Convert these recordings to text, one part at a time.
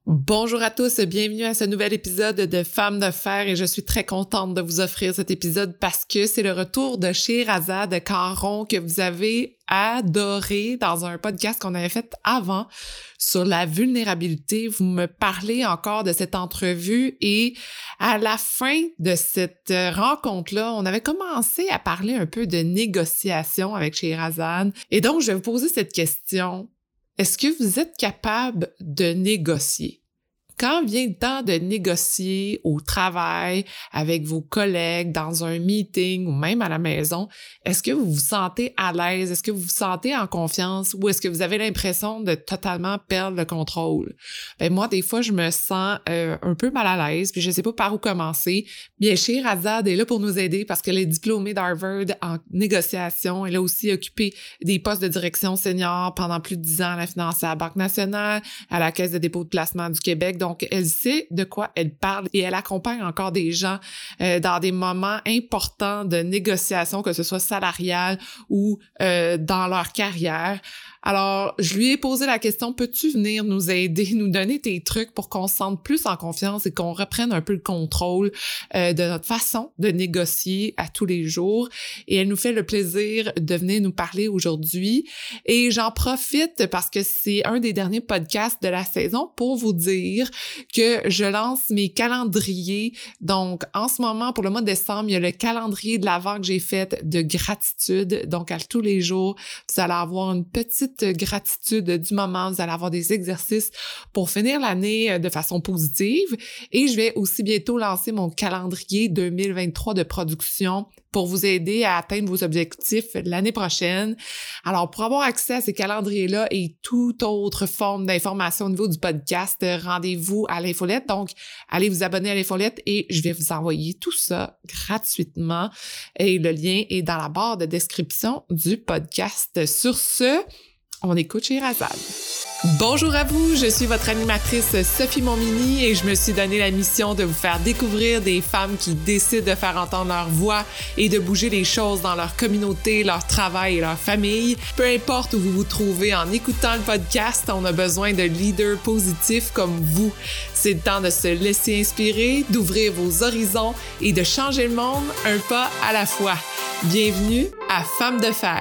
Bonjour à tous, bienvenue à ce nouvel épisode de Femmes de fer et je suis très contente de vous offrir cet épisode parce que c'est le retour de Sheherazade Caron que vous avez adoré dans un podcast qu'on avait fait avant sur la vulnérabilité. Vous me parlez encore de cette entrevue et à la fin de cette rencontre-là, on avait commencé à parler un peu de négociation avec Sheherazade et donc je vais vous poser cette question. Est-ce que vous êtes capable de négocier? Quand vient le temps de négocier au travail, avec vos collègues, dans un meeting ou même à la maison, est-ce que vous vous sentez à l'aise? Est-ce que vous vous sentez en confiance? Ou est-ce que vous avez l'impression de totalement perdre le contrôle? Ben moi, des fois, je me sens un peu mal à l'aise, puis je sais pas par où commencer. Bien, Sheherazade est là pour nous aider parce qu'elle est diplômée d'Harvard en négociation. Elle a aussi occupé des postes de direction senior pendant plus de 10 ans à la Finance à la Banque nationale, à la Caisse de dépôt de placement du Québec. Donc, elle sait de quoi elle parle et elle accompagne encore des gens dans des moments importants de négociation, que ce soit salarial ou dans leur carrière. Alors, je lui ai posé la question, peux-tu venir nous aider, nous donner tes trucs pour qu'on se sente plus en confiance et qu'on reprenne un peu le contrôle de notre façon de négocier à tous les jours? Et elle nous fait le plaisir de venir nous parler aujourd'hui. Et j'en profite parce que c'est un des derniers podcasts de la saison pour vous dire que je lance mes calendriers. Donc, en ce moment, pour le mois de décembre, il y a le calendrier de l'Avent que j'ai fait de gratitude. Donc, à tous les jours, vous allez avoir une petite gratitude du moment. Vous allez avoir des exercices pour finir l'année de façon positive. Et je vais aussi bientôt lancer mon calendrier 2023 de production pour vous aider à atteindre vos objectifs l'année prochaine. Alors, pour avoir accès à ces calendriers-là et toute autre forme d'information au niveau du podcast, rendez-vous à l'infolette. Donc, allez vous abonner à l'infolette et je vais vous envoyer tout ça gratuitement. Et le lien est dans la barre de description du podcast. Sur ce, on écoute Sheherazade. Bonjour à vous, je suis votre animatrice Sophie Montminy et je me suis donné la mission de vous faire découvrir des femmes qui décident de faire entendre leur voix et de bouger les choses dans leur communauté, leur travail et leur famille. Peu importe où vous vous trouvez en écoutant le podcast, on a besoin de leaders positifs comme vous. C'est le temps de se laisser inspirer, d'ouvrir vos horizons et de changer le monde un pas à la fois. Bienvenue à Femmes de fer.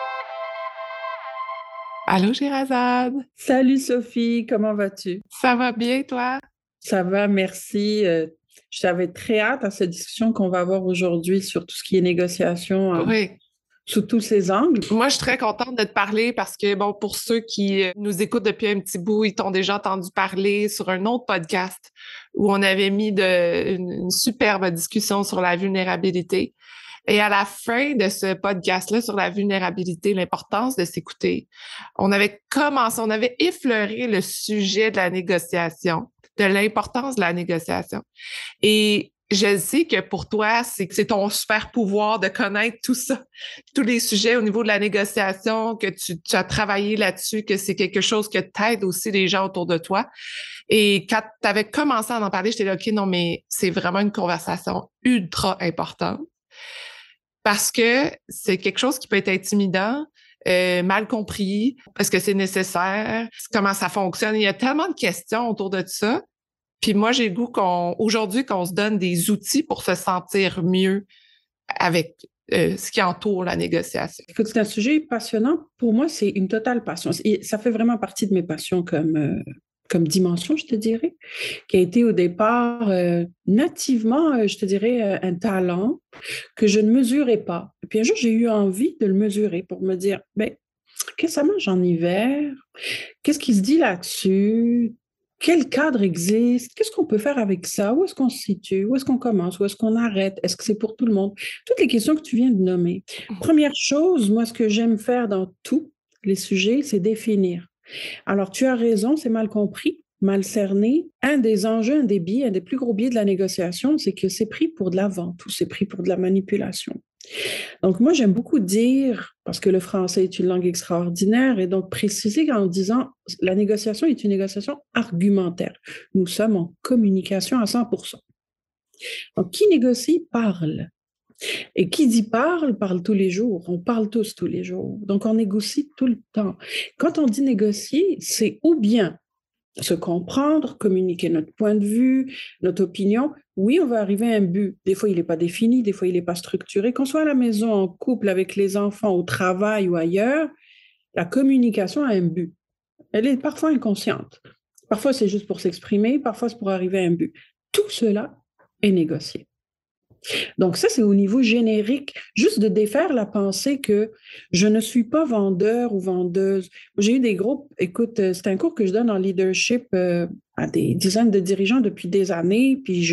Allô, Sheherazade! Salut Sophie, comment vas-tu? Ça va bien, toi? Ça va, merci. J'avais très hâte à cette discussion qu'on va avoir aujourd'hui sur tout ce qui est négociation Oui. sous tous ses angles. Moi, je suis très contente de te parler parce que, bon, pour ceux qui nous écoutent depuis un petit bout, ils t'ont déjà entendu parler sur un autre podcast où on avait mis une superbe discussion sur la vulnérabilité. Et à la fin de ce podcast-là sur la vulnérabilité, l'importance de s'écouter, on avait effleuré le sujet de la négociation, de l'importance de la négociation. Et je sais que pour toi, c'est ton super pouvoir de connaître tout ça, tous les sujets au niveau de la négociation, que tu as travaillé là-dessus, que c'est quelque chose que t'aide aussi les gens autour de toi. Et quand tu avais commencé à en parler, j'étais là, OK, non, mais c'est vraiment une conversation ultra importante. Parce que c'est quelque chose qui peut être intimidant, mal compris, est-ce que c'est nécessaire, comment ça fonctionne. Il y a tellement de questions autour de ça. Puis moi, j'ai le goût aujourd'hui qu'on se donne des outils pour se sentir mieux avec ce qui entoure la négociation. Écoute, c'est un sujet passionnant. Pour moi, c'est une totale passion. Et ça fait vraiment partie de mes passions comme dimension, je te dirais, qui a été au départ nativement, je te dirais, un talent que je ne mesurais pas. Et puis un jour, j'ai eu envie de le mesurer pour me dire, ben, qu'est-ce que ça mange en hiver? Qu'est-ce qui se dit là-dessus? Quel cadre existe? Qu'est-ce qu'on peut faire avec ça? Où est-ce qu'on se situe? Où est-ce qu'on commence? Où est-ce qu'on arrête? Est-ce que c'est pour tout le monde? Toutes les questions que tu viens de nommer. Première chose, moi, ce que j'aime faire dans tous les sujets, c'est définir. Alors, tu as raison, c'est mal compris, mal cerné. Un des enjeux, un des biais, un des plus gros biais de la négociation, c'est que c'est pris pour de la vente ou c'est pris pour de la manipulation. Donc, moi, j'aime beaucoup dire, parce que le français est une langue extraordinaire, et donc préciser en disant la négociation est une négociation argumentaire. Nous sommes en communication à 100%. Donc, qui négocie parle. Et qui dit parle, parle tous les jours. On parle tous les jours. Donc, on négocie tout le temps. Quand on dit négocier, c'est ou bien se comprendre, communiquer notre point de vue, notre opinion. Oui, on va arriver à un but. Des fois, il n'est pas défini, des fois, il n'est pas structuré. Qu'on soit à la maison, en couple, avec les enfants, au travail ou ailleurs, la communication a un but. Elle est parfois inconsciente. Parfois, c'est juste pour s'exprimer, parfois, c'est pour arriver à un but. Tout cela est négocié. Donc ça, c'est au niveau générique, juste de défaire la pensée que je ne suis pas vendeur ou vendeuse. J'ai eu des groupes, écoute, c'est un cours que je donne en leadership à des dizaines de dirigeants depuis des années, puis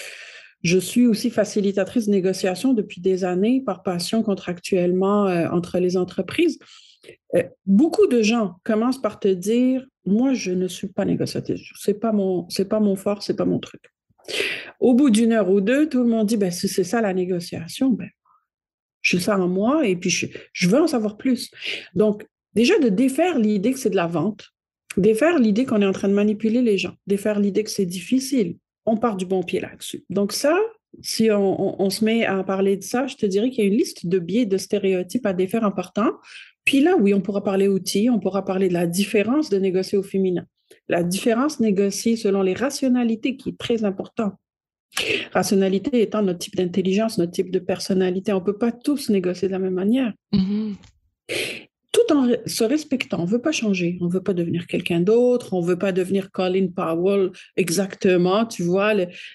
je suis aussi facilitatrice de négociation depuis des années par passion contractuellement entre les entreprises. Beaucoup de gens commencent par te dire, moi, je ne suis pas négociatrice, c'est pas mon fort, c'est pas mon truc. Au bout d'une heure ou deux, tout le monde dit, ben, si c'est ça la négociation, ben, je ça en moi et puis je veux en savoir plus. Donc, déjà de défaire l'idée que c'est de la vente, défaire l'idée qu'on est en train de manipuler les gens, défaire l'idée que c'est difficile, on part du bon pied là-dessus. Donc ça, si on se met à parler de ça, je te dirais qu'il y a une liste de biais, de stéréotypes à défaire en partant. Puis là, oui, on pourra parler outils, on pourra parler de la différence de négocier au féminin. La différence négociée selon les rationalités, qui est très important. Rationalité étant notre type d'intelligence, notre type de personnalité. On ne peut pas tous négocier de la même manière. Mm-hmm. Tout en se respectant. On ne veut pas changer. On ne veut pas devenir quelqu'un d'autre. On ne veut pas devenir Colin Powell exactement, tu vois,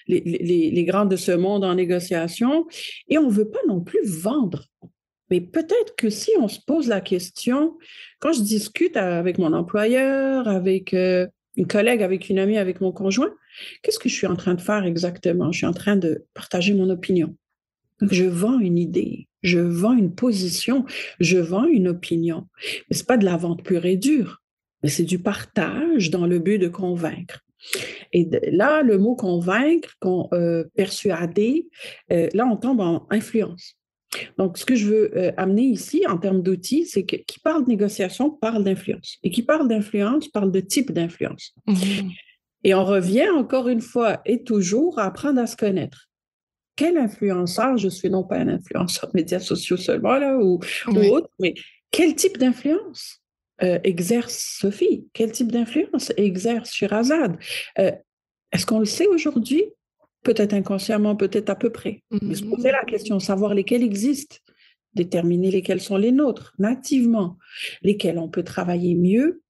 les grands de ce monde en négociation. Et on ne veut pas non plus vendre. Mais peut-être que si on se pose la question, quand je discute avec mon employeur, avec une collègue, avec une amie, avec mon conjoint, qu'est-ce que je suis en train de faire exactement? Je suis en train de partager mon opinion. Donc, je vends une idée, je vends une position, je vends une opinion. Mais ce n'est pas de la vente pure et dure, mais c'est du partage dans le but de convaincre. Et là, le mot convaincre, persuader, là, on tombe en influence. Donc, ce que je veux amener ici en termes d'outils, c'est que qui parle de négociation parle d'influence. Et qui parle d'influence parle de type d'influence. Mm-hmm. Et on revient encore une fois et toujours à apprendre à se connaître. Quel influenceur je suis, non pas un influenceur médias sociaux seulement, là, ou autre, mais quel type d'influence exerce Sophie? Quel type d'influence exerce Sherazade? Est-ce qu'on le sait aujourd'hui? Peut-être inconsciemment, peut-être à peu près. Mais se poser la question, savoir lesquels existent, déterminer lesquels sont les nôtres, nativement, lesquels on peut travailler mieux,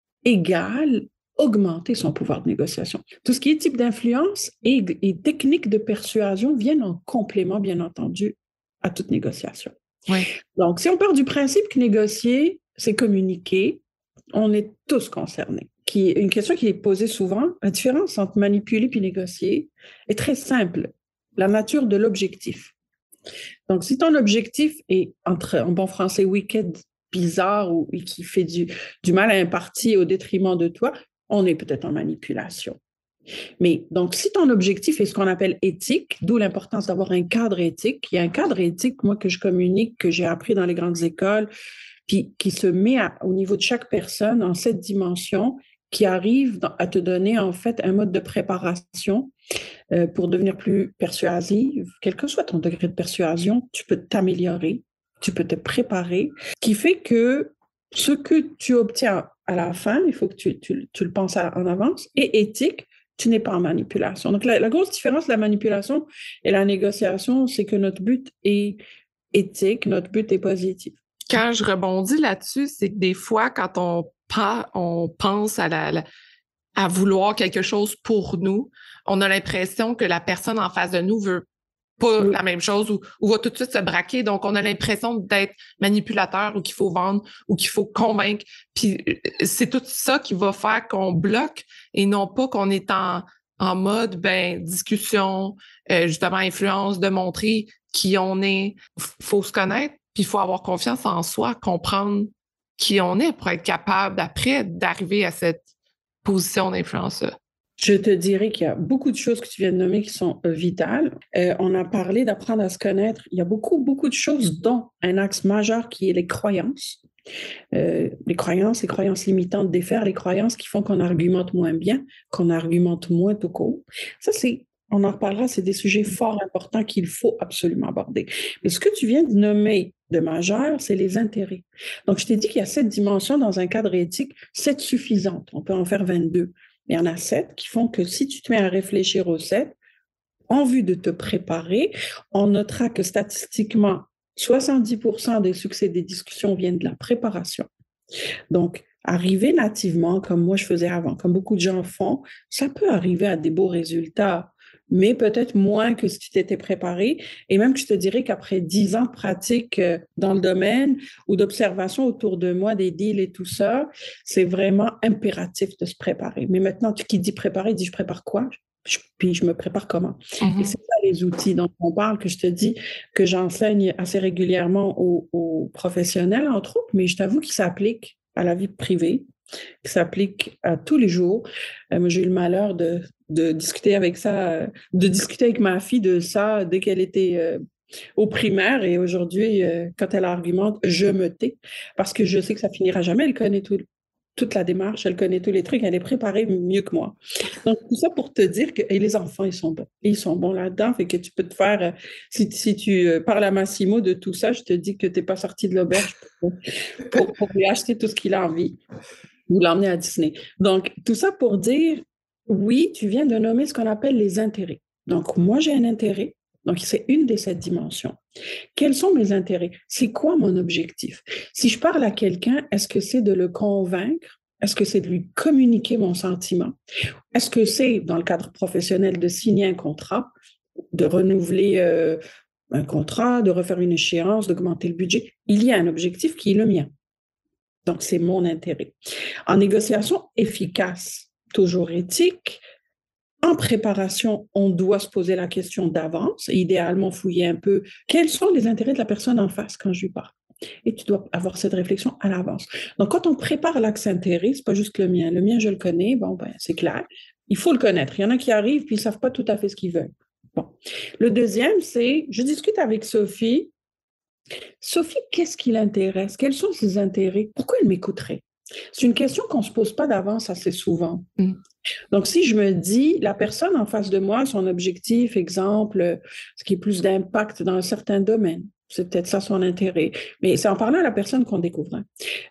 égale augmenter son pouvoir de négociation. Tout ce qui est type d'influence et technique de persuasion viennent en complément, bien entendu, à toute négociation. Oui. Donc, si on part du principe que négocier, c'est communiquer, on est tous concernés. Une question qui est posée souvent, la différence entre manipuler puis négocier est très simple. La nature de l'objectif. Donc, si ton objectif est, en bon français, wicked, bizarre ou qui fait du mal à un parti au détriment de toi, on est peut-être en manipulation. Mais donc, si ton objectif est ce qu'on appelle éthique, d'où l'importance d'avoir un cadre éthique, il y a un cadre éthique, moi, que je communique, que j'ai appris dans les grandes écoles, puis qui se met au niveau de chaque personne en cette dimension, qui arrive à te donner en fait un mode de préparation pour devenir plus persuasive. Quel que soit ton degré de persuasion, tu peux t'améliorer, tu peux te préparer, qui fait que ce que tu obtiens à la fin, il faut que tu le penses en avance, et éthique, tu n'es pas en manipulation. Donc la grosse différence de la manipulation et la négociation, c'est que notre but est éthique, notre but est positif. Quand je rebondis là-dessus, c'est que des fois, quand on pense à vouloir quelque chose pour nous, on a l'impression que la personne en face de nous veut pas la même chose ou va tout de suite se braquer. Donc, on a l'impression d'être manipulateur ou qu'il faut vendre ou qu'il faut convaincre. Puis, c'est tout ça qui va faire qu'on bloque et non pas qu'on est en mode, discussion, justement, influence, de montrer qui on est. Faut se connaître, puis il faut avoir confiance en soi, comprendre qui on est pour être capable, après, d'arriver à cette position d'influenceur. Je te dirais qu'il y a beaucoup de choses que tu viens de nommer qui sont vitales. On a parlé d'apprendre à se connaître. Il y a beaucoup, beaucoup de choses, dont un axe majeur qui est les croyances. Les croyances limitantes, défaire les croyances qui font qu'on argumente moins bien, qu'on argumente moins tout court. Ça, on en reparlera, c'est des sujets fort importants qu'il faut absolument aborder. Mais ce que tu viens de nommer de majeur, c'est les intérêts. Donc, je t'ai dit qu'il y a 7 dimensions dans un cadre éthique, 7 suffisantes. On peut en faire 22. il y en a 7 qui font que si tu te mets à réfléchir aux 7, en vue de te préparer, on notera que statistiquement, 70% des succès des discussions viennent de la préparation. Donc, arriver nativement, comme moi je faisais avant, comme beaucoup de gens font, ça peut arriver à des beaux résultats, mais peut-être moins que si tu t'étais préparé. Et même que je te dirais qu'après 10 ans de pratique dans le domaine ou d'observation autour de moi, des deals et tout ça, c'est vraiment impératif de se préparer. Mais maintenant, qui dit préparer, dit je prépare quoi? Puis je me prépare comment? Et c'est ça les outils dont on parle, que je te dis, que j'enseigne assez régulièrement aux professionnels, entre autres, mais je t'avoue qu'ils s'appliquent à la vie privée, qui s'appliquent à tous les jours. Moi, j'ai eu le malheur de discuter avec ça, de discuter avec ma fille de ça dès qu'elle était au primaire, et aujourd'hui, quand elle argumente, je me tais parce que je sais que ça finira jamais. Elle connaît toute la démarche, elle connaît tous les trucs, elle est préparée mieux que moi. Donc, tout ça pour te dire que et les enfants, ils sont bons. Ils sont bons là-dedans, fait que tu peux te faire, si tu parles à Massimo de tout ça, je te dis que tu n'es pas sorti de l'auberge pour lui acheter tout ce qu'il a envie ou l'emmener à Disney. Donc, tout ça pour dire, oui, tu viens de nommer ce qu'on appelle les intérêts. Donc, moi, j'ai un intérêt. Donc, c'est une des 7 dimensions. Quels sont mes intérêts? C'est quoi mon objectif? Si je parle à quelqu'un, est-ce que c'est de le convaincre? Est-ce que c'est de lui communiquer mon sentiment? Est-ce que c'est, dans le cadre professionnel, de signer un contrat, de renouveler un contrat, de refaire une échéance, d'augmenter le budget? Il y a un objectif qui est le mien. Donc, c'est mon intérêt. En négociation efficace, toujours éthique, en préparation, on doit se poser la question d'avance et idéalement fouiller un peu quels sont les intérêts de la personne en face quand je lui parle. Et tu dois avoir cette réflexion à l'avance. Donc, quand on prépare l'axe intérêt, c'est pas juste le mien. Le mien, je le connais, bon, ben, c'est clair. Il faut le connaître. Il y en a qui arrivent puis ils savent pas tout à fait ce qu'ils veulent. Bon. Le deuxième, c'est, je discute avec Sophie. Sophie, qu'est-ce qui l'intéresse? Quels sont ses intérêts? Pourquoi elle m'écouterait? C'est une question qu'on ne se pose pas d'avance assez souvent. Donc, si je me dis, la personne en face de moi, son objectif, exemple, ce qui est plus d'impact dans un certain domaine, c'est peut-être ça son intérêt. Mais c'est en parlant à la personne qu'on découvre. Hein.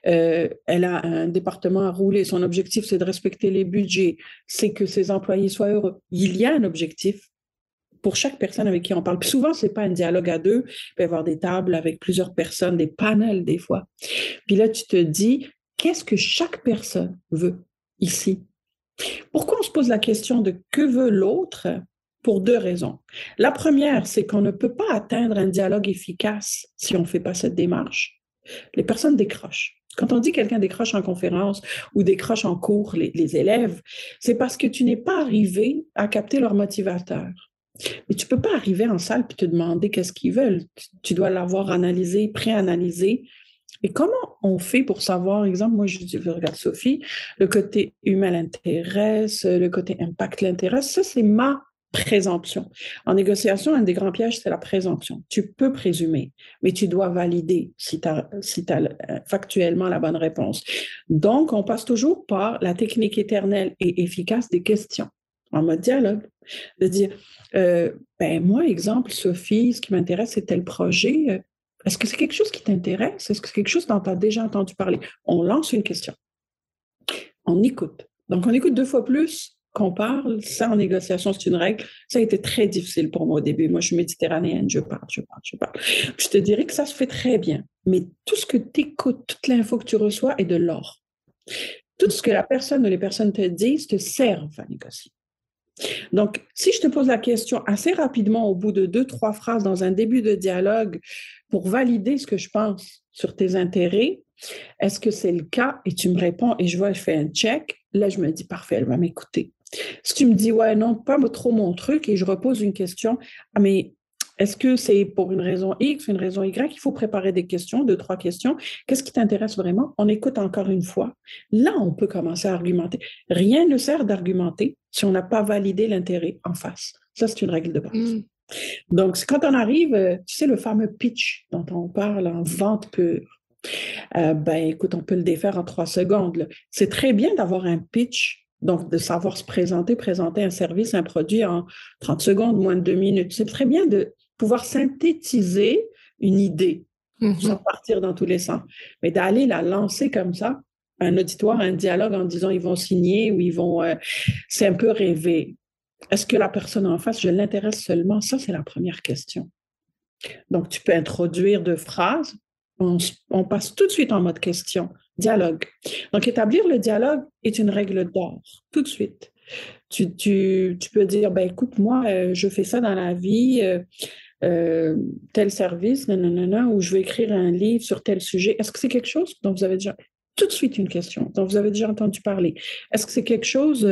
Elle a un département à rouler. Son objectif, c'est de respecter les budgets. C'est que ses employés soient heureux. Il y a un objectif pour chaque personne avec qui on parle. Puis souvent, ce n'est pas un dialogue à deux. Il peut y avoir des tables avec plusieurs personnes, des panels des fois. Puis là, tu te dis, qu'est-ce que chaque personne veut ici? Pourquoi on se pose la question de que veut l'autre? Pour 2 raisons. La première, c'est qu'on ne peut pas atteindre un dialogue efficace si on ne fait pas cette démarche. Les personnes décrochent. Quand on dit que quelqu'un décroche en conférence ou décroche en cours, les élèves, c'est parce que tu n'es pas arrivé à capter leur motivateur. Mais tu ne peux pas arriver en salle et te demander qu'est-ce qu'ils veulent. Tu dois l'avoir analysé, préanalysé. Et comment on fait pour savoir, exemple, moi je regarde Sophie, le côté humain l'intéresse, le côté impact l'intéresse, ça c'est ma présomption. En négociation, un des grands pièges, c'est la présomption. Tu peux présumer, mais tu dois valider si tu as factuellement la bonne réponse. Donc, on passe toujours par la technique éternelle et efficace des questions, en mode dialogue, de dire, moi, exemple, Sophie, ce qui m'intéresse, c'est tel projet. Est-ce que c'est quelque chose qui t'intéresse? Est-ce que c'est quelque chose dont tu as déjà entendu parler? On lance une question. On écoute. Donc, on écoute 2 fois plus qu'on parle. Ça, en négociation, c'est une règle. Ça a été très difficile pour moi au début. Moi, je suis méditerranéenne. Je parle. Je te dirais que ça se fait très bien. Mais tout ce que tu écoutes, toute l'info que tu reçois est de l'or. Tout ce que la personne ou les personnes te disent te servent à négocier. Donc, si je te pose la question assez rapidement au bout de 2-3 phrases dans un début de dialogue pour valider ce que je pense sur tes intérêts, est-ce que c'est le cas? Et tu me réponds et je fais un check. Là, je me dis, parfait, elle va m'écouter. Si tu me dis, ouais, non, pas trop mon truc, et je repose une question, mais est-ce que c'est pour une raison X, une raison Y? Il faut préparer des questions, 2-3 questions. Qu'est-ce qui t'intéresse vraiment? On écoute encore une fois. Là, on peut commencer à argumenter. Rien ne sert d'argumenter si on n'a pas validé l'intérêt en face. Ça, c'est une règle de base. Donc, quand on arrive, tu sais, le fameux pitch dont on parle en vente pure. Écoute, on peut le défaire en 3 secondes. Là. C'est très bien d'avoir un pitch, donc de savoir se présenter un service, un produit en 30 secondes, moins de 2 minutes. C'est très bien de pouvoir synthétiser une idée sans partir dans tous les sens. Mais d'aller la lancer comme ça, un auditoire, un dialogue en disant ils vont signer ou ils vont... c'est un peu rêver. Est-ce que la personne en face, je l'intéresse seulement? Ça, c'est la première question. Donc, tu peux introduire 2 phrases. On passe tout de suite en mode question, dialogue. Donc, établir le dialogue est une règle d'or, tout de suite. Tu peux dire, ben écoute, moi, je fais ça dans la vie, tel service, non, non, non, non, ou je vais écrire un livre sur tel sujet. Est-ce que c'est quelque chose dont vous avez déjà... Tout de suite une question dont vous avez déjà entendu parler. Est-ce que c'est quelque chose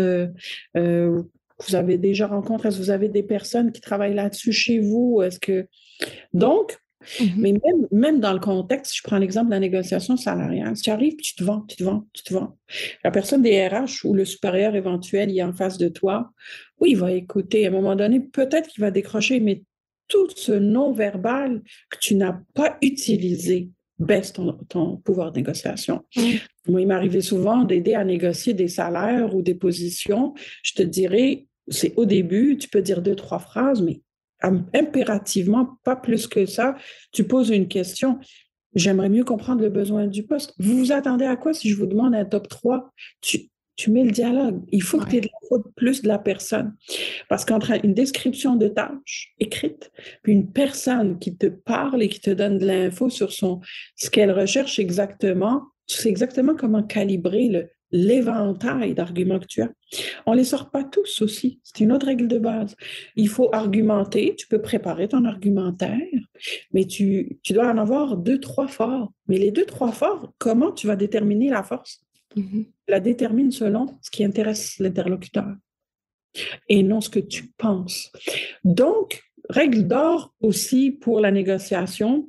que vous avez déjà rencontré? Est-ce que vous avez des personnes qui travaillent là-dessus chez vous? Est-ce que... Donc, mais même dans le contexte, si je prends l'exemple de la négociation salariale, si tu arrives, tu te vends, tu te vends, tu te vends. La personne des RH ou le supérieur éventuel, il est en face de toi. Oui, il va écouter. À un moment donné, peut-être qu'il va décrocher, mais tout ce non-verbal que tu n'as pas utilisé baisse ton pouvoir de négociation. Moi, il m'arrivait souvent d'aider à négocier des salaires ou des positions. Je te dirais, c'est au début, tu peux dire 2-3 phrases, mais impérativement, pas plus que ça. Tu poses une question. J'aimerais mieux comprendre le besoin du poste. Vous vous attendez à quoi si je vous demande un top 3? Tu mets le dialogue. Il faut que tu aies de l'info plus de la personne. Parce qu'entre une description de tâche écrite, puis une personne qui te parle et qui te donne de l'info sur ce qu'elle recherche exactement, tu sais exactement comment calibrer l'éventail d'arguments que tu as. On ne les sort pas tous aussi. C'est une autre règle de base. Il faut argumenter. Tu peux préparer ton argumentaire, mais tu dois en avoir 2-3 forts. Mais les 2-3 forts, comment tu vas déterminer la force? La détermine selon ce qui intéresse l'interlocuteur et non ce que tu penses. Donc, règle d'or aussi pour la négociation,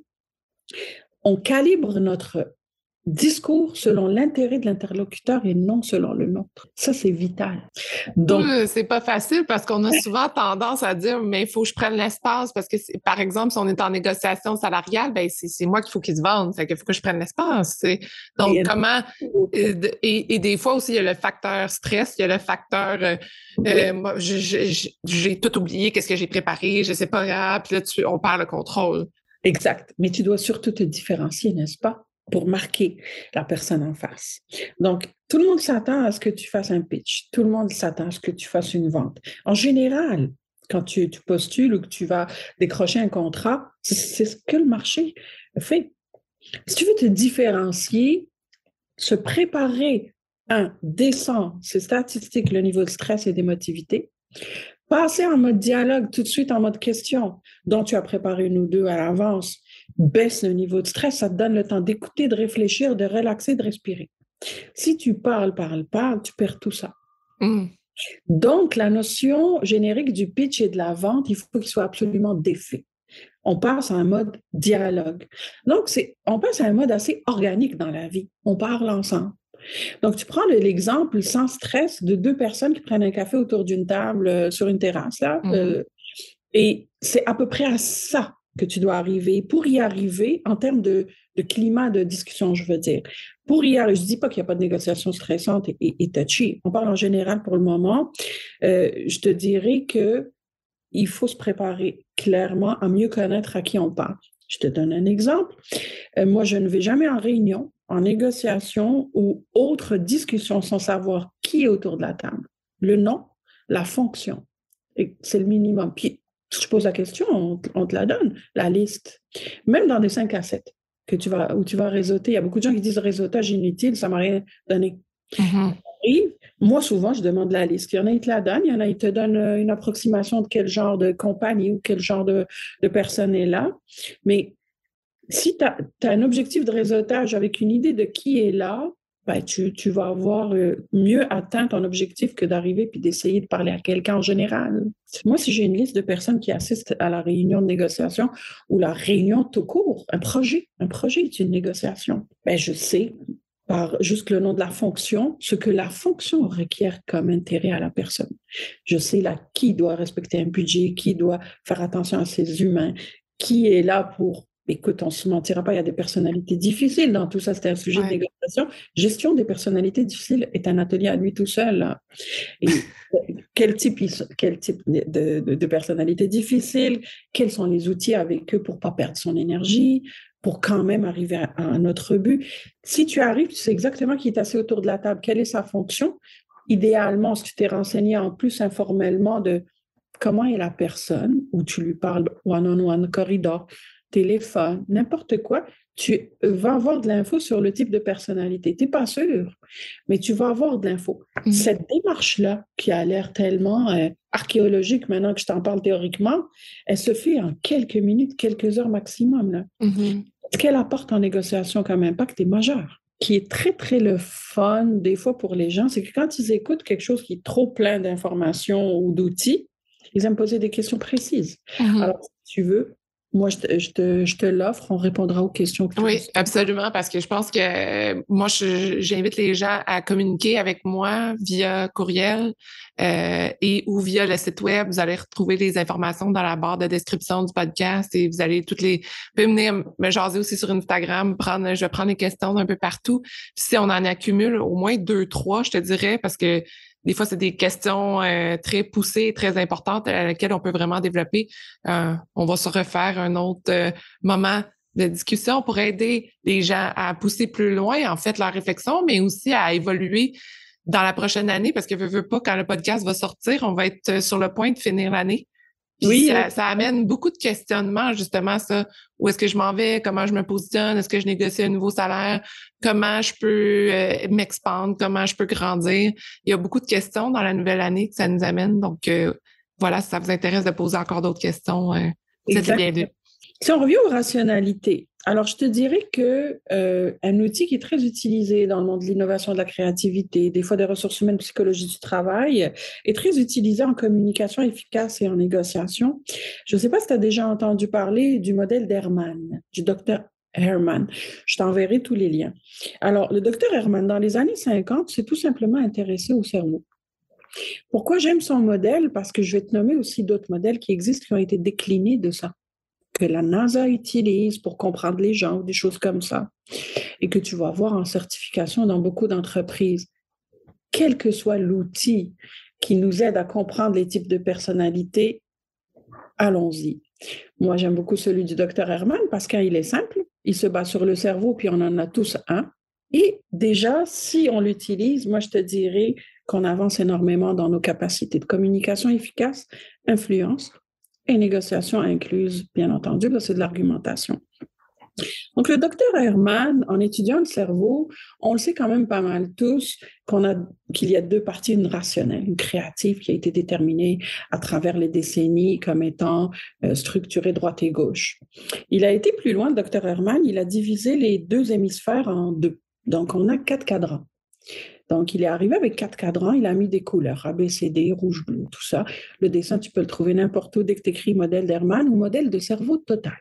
on calibre notre discours selon l'intérêt de l'interlocuteur et non selon le nôtre. Ça, c'est vital. Donc, c'est pas facile parce qu'on a souvent tendance à dire, mais il faut que je prenne l'espace parce que, par exemple, si on est en négociation salariale, ben c'est moi qu'il faut qu'ils se vendent, fait qu'il faut que je prenne l'espace. Donc, comment... Et des fois aussi, il y a le facteur stress, il y a le facteur... moi, j'ai tout oublié, qu'est-ce que j'ai préparé, je sais pas, puis là, on perd le contrôle. Exact. Mais tu dois surtout te différencier, n'est-ce pas? Pour marquer la personne en face. Donc, tout le monde s'attend à ce que tu fasses un pitch. Tout le monde s'attend à ce que tu fasses une vente. En général, quand tu postules ou que tu vas décrocher un contrat, c'est ce que le marché fait. Si tu veux te différencier, se préparer, descendre ses statistiques, le niveau de stress et d'émotivité, passer en mode dialogue tout de suite en mode question, dont tu as préparé une ou deux à l'avance, baisse le niveau de stress, ça te donne le temps d'écouter, de réfléchir, de relaxer, de respirer. Si tu parles, tu perds tout ça. Donc, la notion générique du pitch et de la vente, il faut qu'il soit absolument défait. On passe à un mode dialogue. Donc, on passe à un mode assez organique dans la vie. On parle ensemble. Donc, tu prends l'exemple sans stress de 2 personnes qui prennent un café autour d'une table sur une terrasse, là, et c'est à peu près à ça que tu dois arriver. Pour y arriver, en termes de climat de discussion, je veux dire, pour y arriver, je ne dis pas qu'il n'y a pas de négociation stressante et touchy. On parle en général pour le moment. Je te dirais qu'il faut se préparer clairement à mieux connaître à qui on parle. Je te donne un exemple. Moi, je ne vais jamais en réunion, en négociation ou autre discussion sans savoir qui est autour de la table. Le nom, la fonction. C'est le minimum. Puis, si tu poses la question, on te la donne, la liste. Même dans des 5 à 7 où tu vas réseauter. Il y a beaucoup de gens qui disent réseautage inutile, ça ne m'a rien donné. Et moi, souvent, je demande la liste. Il y en a qui te la donnent, il y en a qui te donnent une approximation de quel genre de compagnie ou quel genre de personne est là. Mais si tu as un objectif de réseautage avec une idée de qui est là, ben, tu vas avoir mieux atteint ton objectif que d'arriver puis d'essayer de parler à quelqu'un en général. Moi, si j'ai une liste de personnes qui assistent à la réunion de négociation ou la réunion tout court, un projet est une négociation, ben, je sais par juste le nom de la fonction, ce que la fonction requiert comme intérêt à la personne. Je sais là qui doit respecter un budget, qui doit faire attention à ses humains, qui est là pour... Écoute, on ne se mentira pas, il y a des personnalités difficiles dans tout ça, c'est un sujet de négociation. Gestion des personnalités difficiles est un atelier à lui tout seul. Là. Et quel type de personnalité difficile, quels sont les outils avec eux pour ne pas perdre son énergie, pour quand même arriver à notre but. Si tu arrives, tu sais exactement qui est assis autour de la table, quelle est sa fonction. Idéalement, si tu t'es renseigné en plus informellement de comment est la personne, ou tu lui parles one-on-one, corridor, téléphone, n'importe quoi, tu vas avoir de l'info sur le type de personnalité. Tu n'es pas sûr, mais tu vas avoir de l'info. Cette démarche-là, qui a l'air tellement archéologique maintenant que je t'en parle théoriquement, elle se fait en quelques minutes, quelques heures maximum. Là. Ce qu'elle apporte en négociation comme impact est majeur. Qui est très, très le fun, des fois, pour les gens, c'est que quand ils écoutent quelque chose qui est trop plein d'informations ou d'outils, ils aiment poser des questions précises. Alors, si tu veux, moi, je te l'offre, on répondra aux questions que tu Oui, absolument, parce que je pense que moi, j'invite les gens à communiquer avec moi via courriel et ou via le site web. Vous allez retrouver les informations dans la barre de description du podcast et vous allez vous pouvez venir me jaser aussi sur Instagram, je vais prendre les questions un peu partout. Puis si on en accumule au moins 2, 3, je te dirais, parce que des fois, c'est des questions très poussées, très importantes à laquelle on peut vraiment développer. On va se refaire un autre moment de discussion pour aider les gens à pousser plus loin, en fait, leur réflexion, mais aussi à évoluer dans la prochaine année, parce que veux pas, quand le podcast va sortir, on va être sur le point de finir l'année. Puis oui, ça amène beaucoup de questionnements, justement, ça. Où est-ce que je m'en vais? Comment je me positionne? Est-ce que je négocie un nouveau salaire? Comment je peux m'expandre? Comment je peux grandir? Il y a beaucoup de questions dans la nouvelle année que ça nous amène. Donc, voilà, si ça vous intéresse de poser encore d'autres questions, c'est bienvenu. Si on revient aux rationalités, alors je te dirais que un outil qui est très utilisé dans le monde de l'innovation, de la créativité, des fois des ressources humaines, psychologie du travail, est très utilisé en communication efficace et en négociation. Je ne sais pas si tu as déjà entendu parler du modèle d'Herman, du docteur Herman. Je t'enverrai tous les liens. Alors, le docteur Herman, dans les années 50, s'est tout simplement intéressé au cerveau. Pourquoi j'aime son modèle? Parce que je vais te nommer aussi d'autres modèles qui existent, qui ont été déclinés de ça, que la NASA utilise pour comprendre les gens ou des choses comme ça, et que tu vas voir en certification dans beaucoup d'entreprises. Quel que soit l'outil qui nous aide à comprendre les types de personnalités, allons-y. Moi, j'aime beaucoup celui du docteur Herman parce qu'il est simple, il se base sur le cerveau, puis on en a tous un. Et déjà, si on l'utilise, moi, je te dirais qu'on avance énormément dans nos capacités de communication efficace, influence et négociation incluse, bien entendu, là, c'est de l'argumentation. Donc, le docteur Herman, en étudiant le cerveau, on le sait quand même pas mal tous qu'il y a deux parties, une rationnelle, une créative qui a été déterminée à travers les décennies comme étant structurée droite et gauche. Il a été plus loin, le docteur Herman, il a divisé les deux hémisphères en deux. Donc, on a 4 cadrans. Donc, il est arrivé avec 4 cadrans, il a mis des couleurs, A, B, C, D, rouge, bleu, tout ça. Le dessin, tu peux le trouver n'importe où dès que tu écris modèle d'Herman ou modèle de cerveau total.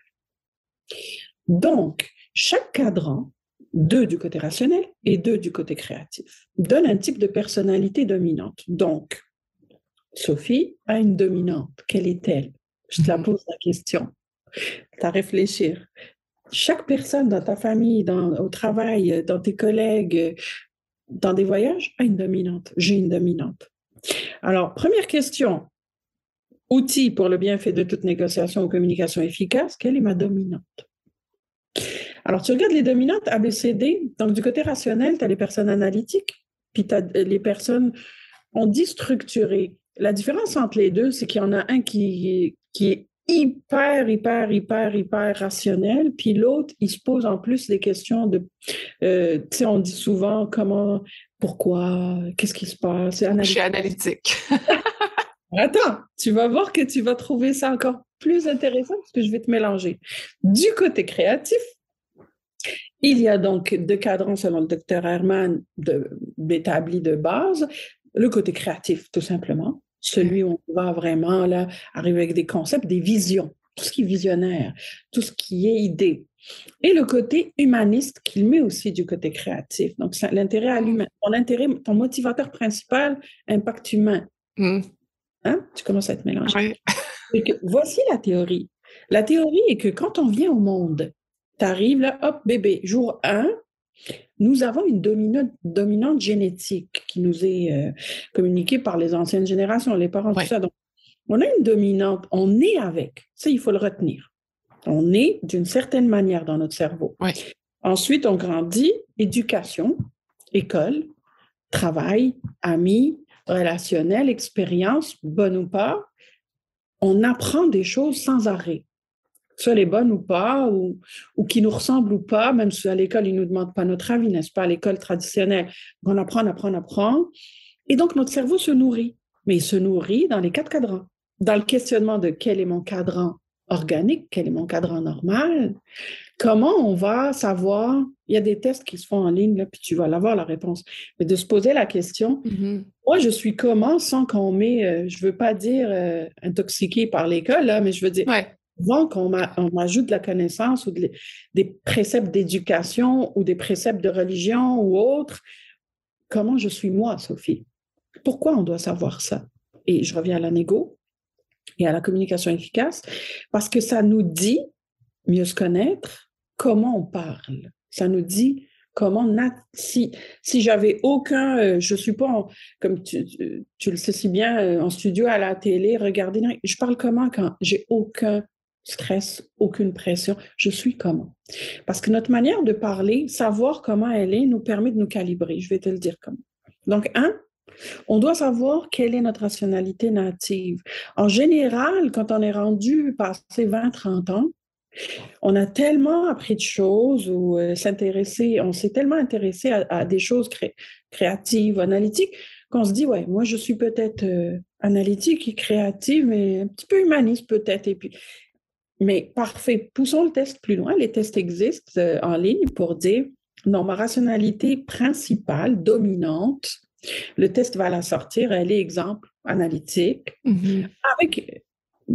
Donc, chaque cadran, 2 du côté rationnel et 2 du côté créatif, donne un type de personnalité dominante. Donc, Sophie a une dominante. Quelle est-elle? Je te la pose la question. Tu as à réfléchir. Chaque personne dans ta famille, au travail, dans tes collègues, dans des voyages, a une dominante. J'ai une dominante. Alors, première question. Outil pour le bienfait de toute négociation ou communication efficace, quelle est ma dominante? Alors, tu regardes les dominantes ABCD. Donc, du côté rationnel, tu as les personnes analytiques, puis tu as les personnes, on dit structurées. La différence entre les deux, c'est qu'il y en a un qui est hyper rationnel, puis l'autre, il se pose en plus des questions de, tu sais, on dit souvent comment, pourquoi, qu'est-ce qui se passe. Je suis analytique. Attends, tu vas voir que tu vas trouver ça encore plus intéressant parce que je vais te mélanger. Du côté créatif, il y a donc 2 cadrans selon le docteur Herman établis de base. Le côté créatif, tout simplement. Celui où on va vraiment là, arriver avec des concepts, des visions, tout ce qui est visionnaire, tout ce qui est idée. Et le côté humaniste qu'il met aussi du côté créatif. Donc, l'intérêt à l'humain. Ton motivateur principal, impact humain. Hein? Tu commences à te mélanger. Oui. Voici la théorie. La théorie est que quand on vient au monde, tu arrives là, hop, bébé, jour 1, nous avons une dominante génétique qui nous est communiquée par les anciennes générations, les parents, tout ça. Donc, on a une dominante, on est avec. Ça, il faut le retenir. On est d'une certaine manière dans notre cerveau. Ouais. Ensuite, on grandit, éducation, école, travail, amis, relationnel, expérience, bonne ou pas. On apprend des choses sans arrêt. Soit les bonnes ou pas, ou qui nous ressemblent ou pas, même si à l'école, ils ne nous demandent pas notre avis, n'est-ce pas, à l'école traditionnelle. On apprend, on apprend, on apprend. Et donc, notre cerveau se nourrit. Mais il se nourrit dans les 4 cadrans. Dans le questionnement de quel est mon cadran organique, quel est mon cadran normal, comment on va savoir, il y a des tests qui se font en ligne, là, puis tu vas l'avoir la réponse, mais de se poser la question, moi, je suis comment sans qu'on m'ait, je ne veux pas dire intoxiqué par l'école, là, mais je veux dire, Ouais. avant qu'on m'ajoute de la connaissance ou des préceptes d'éducation ou des préceptes de religion ou autres, comment je suis moi, Sophie? Pourquoi on doit savoir ça? Et je reviens à la négo et à la communication efficace, parce que ça nous dit, mieux se connaître, comment on parle. Ça nous dit comment, si j'avais aucun, je ne suis pas, comme tu le sais si bien, en studio, à la télé, regarder, je parle comment quand j'ai aucun stress, aucune pression, je suis comment. Parce que notre manière de parler, savoir comment elle est, nous permet de nous calibrer. Je vais te le dire comment. Donc, on doit savoir quelle est notre rationalité native. En général, quand on est rendu passé 20-30 ans, on a tellement appris de choses ou on s'est tellement intéressé à des choses créatives, analytiques, qu'on se dit, ouais, moi je suis peut-être analytique et créative, mais un petit peu humaniste peut-être. Mais parfait, poussons le test plus loin. Les tests existent en ligne pour dire, non, ma rationalité principale, dominante, le test va la sortir, elle est exemple analytique, avec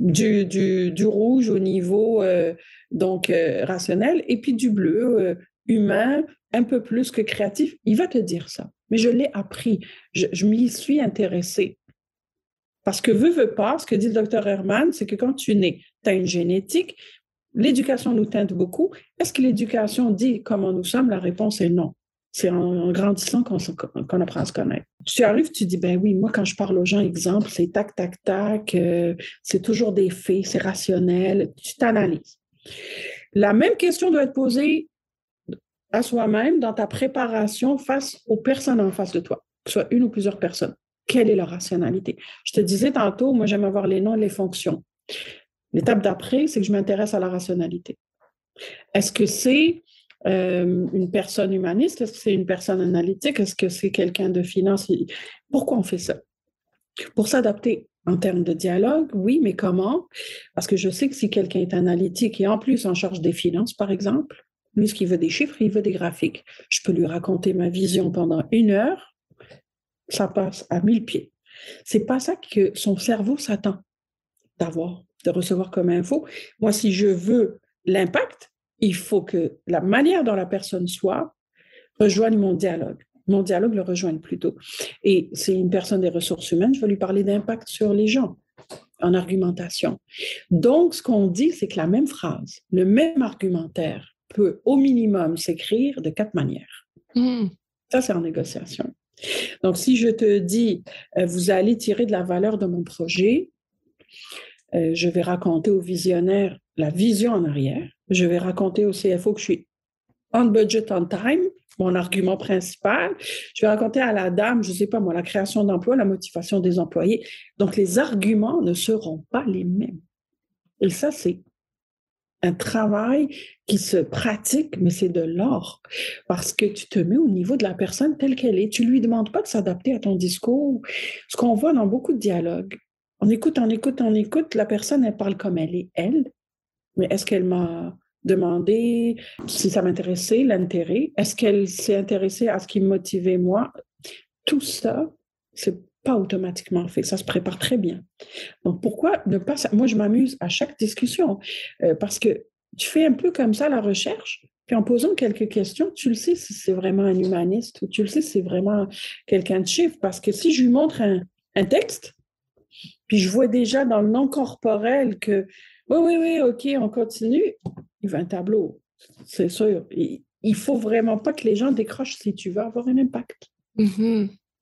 du rouge au niveau rationnel et puis du bleu humain, un peu plus que créatif. Il va te dire ça. Mais je l'ai appris, je m'y suis intéressée. Parce que veut pas, ce que dit le docteur Herman, c'est que quand tu nais, tu as une génétique, l'éducation nous teinte beaucoup. Est-ce que l'éducation dit comment nous sommes? La réponse est non. C'est en grandissant qu'on apprend à se connaître. Tu arrives, tu dis, ben oui, moi, quand je parle aux gens, exemple, c'est tac, tac, tac, c'est toujours des faits, c'est rationnel, tu t'analyses. La même question doit être posée à soi-même dans ta préparation face aux personnes en face de toi, que ce soit une ou plusieurs personnes. Quelle est leur rationalité? Je te disais tantôt, moi, j'aime avoir les noms et les fonctions. L'étape d'après, c'est que je m'intéresse à la rationalité. Est-ce que c'est une personne humaniste? Est-ce que c'est une personne analytique? Est-ce que c'est quelqu'un de finance? Pourquoi on fait ça? Pour s'adapter en termes de dialogue, oui, mais comment? Parce que je sais que si quelqu'un est analytique et en plus en charge des finances, par exemple, lui, ce qu'il veut des chiffres, il veut des graphiques. Je peux lui raconter ma vision pendant 1 heure, ça passe à 1000 pieds. C'est pas ça que son cerveau s'attend d'avoir, de recevoir comme info. Moi, si je veux l'impact, il faut que la manière dont la personne soit rejoigne mon dialogue. Mon dialogue le rejoigne plutôt. Et c'est une personne des ressources humaines, je vais lui parler d'impact sur les gens en argumentation. Donc, ce qu'on dit, c'est que la même phrase, le même argumentaire peut au minimum s'écrire de 4 manières. Ça, c'est en négociation. Donc, si je te dis, vous allez tirer de la valeur de mon projet, je vais raconter au visionnaire la vision en arrière. Je vais raconter au CFO que je suis on budget, on time, mon argument principal. Je vais raconter à la dame, je ne sais pas moi, la création d'emplois, la motivation des employés. Donc, les arguments ne seront pas les mêmes. Et ça, c'est un travail qui se pratique, mais c'est de l'art. Parce que tu te mets au niveau de la personne telle qu'elle est. Tu ne lui demandes pas de s'adapter à ton discours. Ce qu'on voit dans beaucoup de dialogues, on écoute, la personne, elle parle comme elle est, elle. Mais est-ce qu'elle m'a demandé si ça m'intéressait, l'intérêt? Est-ce qu'elle s'est intéressée à ce qui me motivait moi? Tout ça, c'est pas automatiquement fait. Ça se prépare très bien. Donc, pourquoi ne pas... Moi, je m'amuse à chaque discussion parce que tu fais un peu comme ça la recherche, puis en posant quelques questions, tu le sais si c'est vraiment un humaniste ou tu le sais si c'est vraiment quelqu'un de chiffre. Parce que si je lui montre un texte, puis je vois déjà dans le non corporel que oui, OK, on continue, il va un tableau, c'est sûr. Il ne faut vraiment pas que les gens décrochent si tu veux avoir un impact.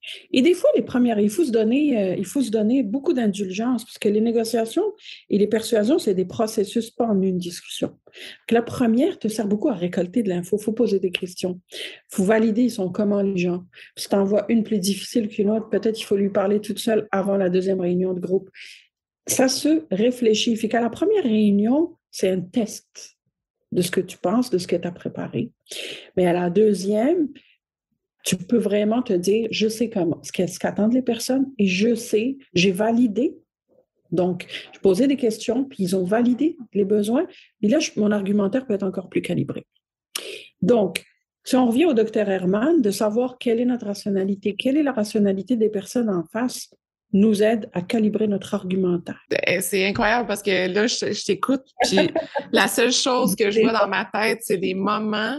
Et des fois, les premières, il faut se donner beaucoup d'indulgence parce que les négociations et les persuasions, c'est des processus, pas en une discussion. Donc, la première te sert beaucoup à récolter de l'info. Il faut poser des questions. Il faut valider, ils sont comment les gens. Si tu en vois une plus difficile qu'une autre, peut-être il faut lui parler toute seule avant la deuxième réunion de groupe. Ça se réfléchit. Fait qu'à la première réunion, c'est un test de ce que tu penses, de ce que tu as préparé. Mais à la deuxième, tu peux vraiment te dire, je sais comment, ce qu'attendent les personnes et je sais, j'ai validé. Donc, je posais des questions, puis ils ont validé les besoins. Et là, mon argumentaire peut être encore plus calibré. Donc, si on revient au docteur Herman, de savoir quelle est notre rationalité, quelle est la rationalité des personnes en face, nous aide à calibrer notre argumentaire. C'est incroyable parce que là, je t'écoute, puis la seule chose que je vois dans ma tête, c'est des moments